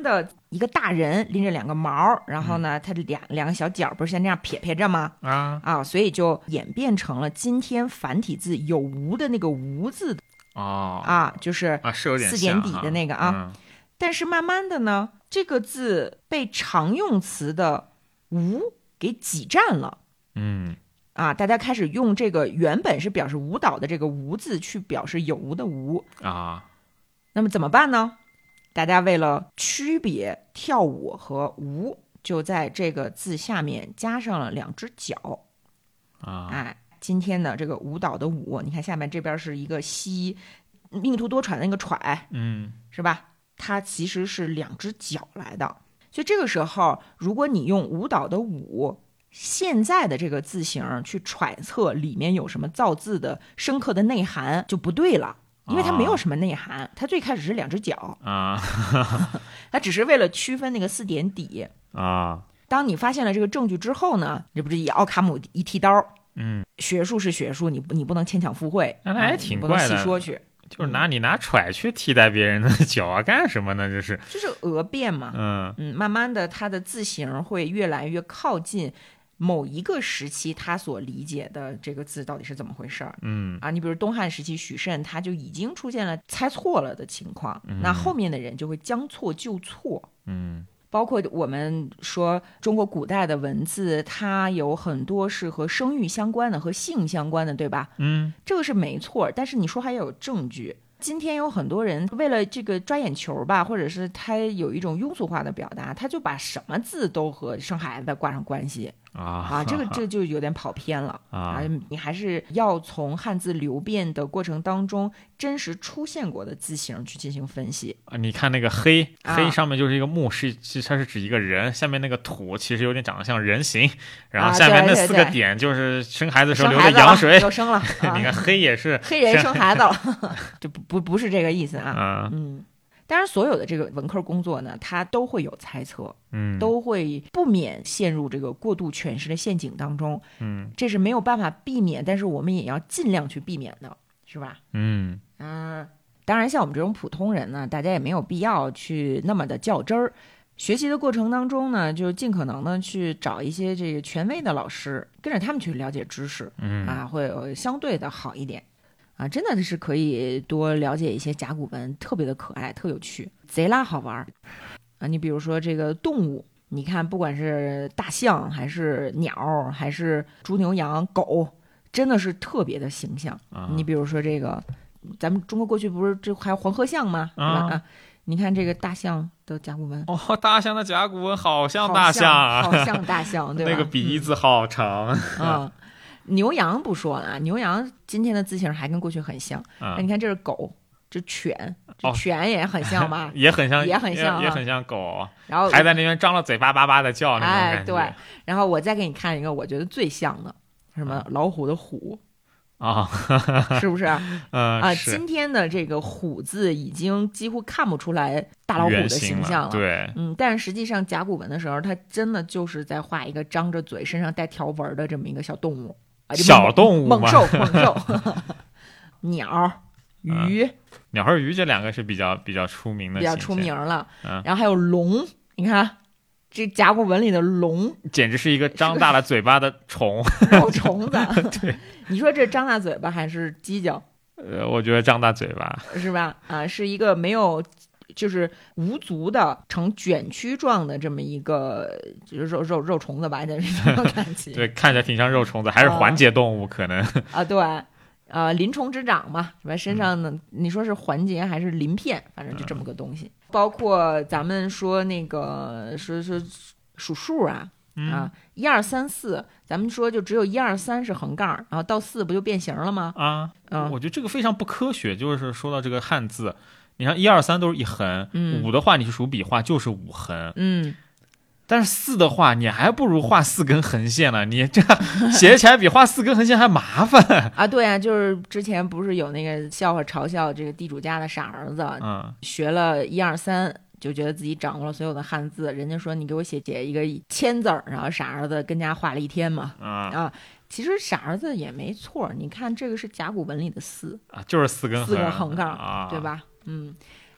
一个大人拎着两个毛，然后呢，他两两个小脚不是像这样撇撇着吗？ 啊啊，所以就演变成了今天繁体字有无的那个无字哦啊，就是啊是有点四点底的那个啊。 嗯、 但是慢慢的呢，这个字被常用词的无给挤占了。 嗯啊，大家开始用这个原本是表示舞蹈的这个无字去表示有无的无啊。 那么怎么办呢？大家为了区别跳舞和舞，就在这个字下面加上了两只脚啊。 哎，今天的这个舞蹈的舞，你看下面这边是一个西命途多舛的那个舛， 嗯， 是吧？它其实是两只脚来的。所以这个时候，如果你用舞蹈的舞现在的这个字形去揣测里面有什么造字的深刻的内涵，就不对了，因为它没有什么内涵，啊、它最开始是两只脚啊， 它只是为了区分那个四点底啊。 当你发现了这个证据之后呢，这不是以奥卡姆一剃刀， 嗯， 学术是学术，你你不能牵强附会， 那还挺怪的， 啊、不能细说去。 就是拿你拿揣去替代别人的脚啊，干什么呢？这是就是讹辩嘛。 嗯嗯，慢慢的，它的字形会越来越靠近某一个时期他所理解的这个字到底是怎么回事儿。 嗯啊，你比如东汉时期许慎，他就已经出现了猜错了的情况， 嗯、 那后面的人就会将错就错。 嗯。 包括我们说中国古代的文字，它有很多是和生育相关的，和性相关的，对吧？ 嗯， 这个是没错，但是你说还要有证据。今天有很多人为了这个抓眼球吧，或者是他有一种庸俗化的表达，他就把什么字都和生孩子挂上关系啊啊，这个这就有点跑偏了啊！你还是要从汉字流变的过程当中真实出现过的字形去进行分析啊。你看那个黑、 啊、 黑上面就是一个木，是它是指一个人，下面那个土其实有点长得像人形，然后下面那四个点就是生孩子时候流的羊水， 又生了。啊、 你看黑也是黑人生孩子了，就不不不是这个意思啊。 啊嗯。当然，所有的这个文科工作呢，它都会有猜测， 嗯， 都会不免陷入这个过度诠释的陷阱当中， 嗯， 这是没有办法避免，但是我们也要尽量去避免的，是吧？ 嗯嗯、呃，当然，像我们这种普通人呢，大家也没有必要去那么的较真儿。学习的过程当中呢，就尽可能的去找一些这个权威的老师，跟着他们去了解知识， 嗯啊，会有相对的好一点。啊，真的是可以多了解一些甲骨文，特别的可爱，特有趣，贼拉好玩啊！你比如说这个动物，你看不管是大象还是鸟还是猪牛羊狗，真的是特别的形象。 啊、 你比如说这个，咱们中国过去不是这还有黄鹤象吗？ 啊， 对吧？啊，你看这个大象的甲骨文， 哦，大象的甲骨文好像大象啊， 好像, 好像大象，对吧？ 那个鼻子好长。 嗯。嗯牛羊不说了，牛羊今天的字形还跟过去很像。 嗯、 你看这是狗，这犬，这犬也很像吧？ 哦、也很像， 也很像、啊， 也很像狗。 然后还在那边张了嘴巴巴巴的叫那种感觉。哎，对。然后我再给你看一个，我觉得最像的，什么老虎的虎啊， 是不是？ 嗯啊，今天的这个虎字已经几乎看不出来大老虎的形象了。 对， 嗯，但是实际上甲骨文的时候，它真的就是在画一个张着嘴、身上带条纹的这么一个小动物。 小动物猛兽猛兽鸟鱼、 嗯、鸟和鱼这两个是比较比较出名的， 比较出名了、 嗯、 然后还有龙，你看这甲骨文里的龙简直是一个张大了嘴巴的虫肉虫子对， 你说这张大嘴巴还是犄角？ 呃，我觉得张大嘴巴是吧？啊，是一个没有就是无足的呈卷曲状的这么一个肉肉肉虫子吧，这种感觉。 对，看起来挺像肉虫子，还是环节动物、呃、可能啊，对，呃，鳞虫之长嘛，是吧？身上呢，嗯、你说是环节还是鳞片，反正就这么个东西。嗯、包括咱们说那个说说数数啊。 嗯、 啊，一二三四，咱们说就只有一二三是横杠，然后到四不就变形了吗？ 啊， 嗯， 我觉得这个非常不科学。就是说到这个汉字，你看一二三都是一横， 嗯、 五的话你是数笔画就是五横， 嗯， 但是四的话你还不如画四根横线呢，你这写起来比画四根横线还麻烦啊。对啊，就是之前不是有那个笑话嘲笑这个地主家的傻儿子， 嗯， 学了一二三。就觉得自己掌握了所有的汉字，人家说你给我写写一个千字儿，然后傻儿子跟家画了一天嘛。 啊, 啊，其实傻儿子也没错，你看这个是甲骨文里的四啊，就是四根四个横杠、 啊， 对吧？嗯，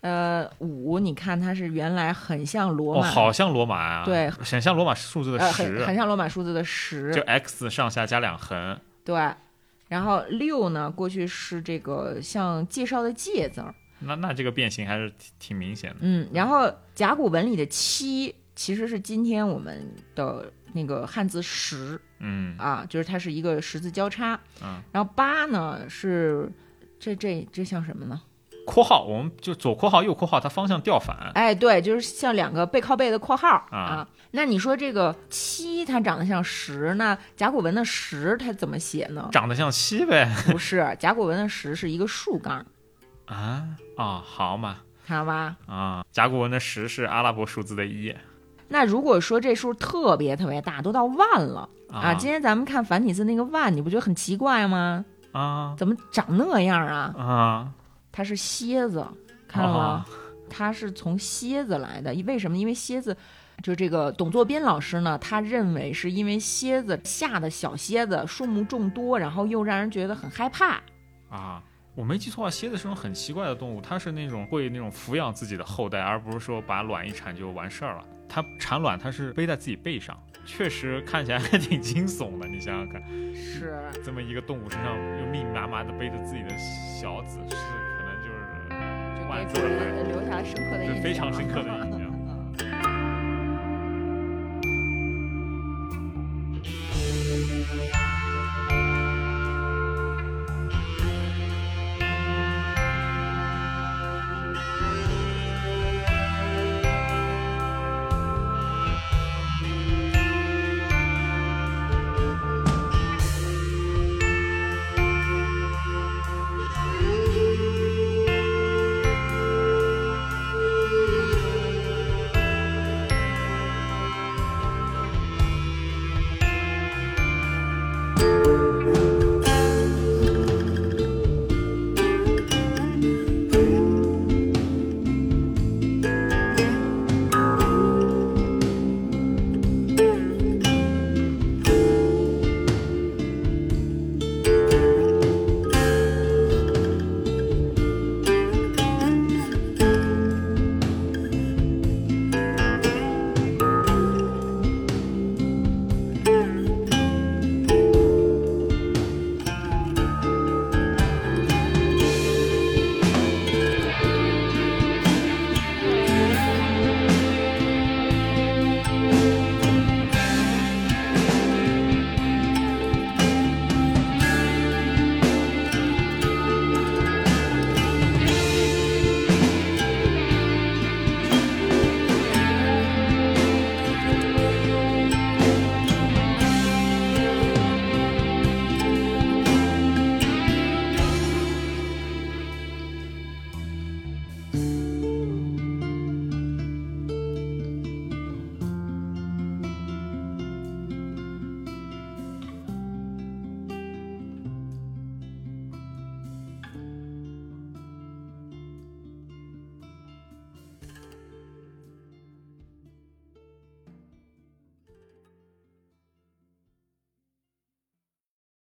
呃，五，你看它是原来很像罗马， 哦，好像罗马啊， 对， 很像罗马数字的十， 呃、很, 很像罗马数字的十， 就 X 上下加两横。 对，然后六呢，过去是这个像介绍的介字儿， 那那这个变形还是挺挺明显的。 嗯，然后甲骨文里的七其实是今天我们的那个汉字十， 嗯啊，就是它是一个十字交叉， 嗯， 然后八呢是这这这像什么呢？ 括号，我们就左括号右括号，它方向调反。 哎，对，就是像两个背靠背的括号 啊, 啊。 那你说这个七它长得像十，那甲骨文的十它怎么写呢？ 长得像七呗？ 不是，甲骨文的十是一个竖杠。 啊啊，好嘛， 看到吧？ 啊，甲骨文的十是阿拉伯数字的一。 那如果说这数特别特别大，都到万了 啊, 啊！今天咱们看繁体字那个万，你不觉得很奇怪吗？ 啊， 怎么长那样啊？ 啊， 它是蝎子，看到吗？啊、它是从蝎子来的，为什么？因为蝎子，就这个董作宾老师呢，他认为是因为蝎子下的小蝎子数目众多，然后又让人觉得很害怕啊。我没记错啊，蝎子是种很奇怪的动物，它是那种会那种抚养自己的后代，而不是说把卵一产就完事儿了。它产卵，它是背在自己背上，确实看起来还挺惊悚的。你想想看， 是这么一个动物身上又密密麻麻的背着自己的小子，是可能就是万字留下了深刻的印象， 非常深刻的印象。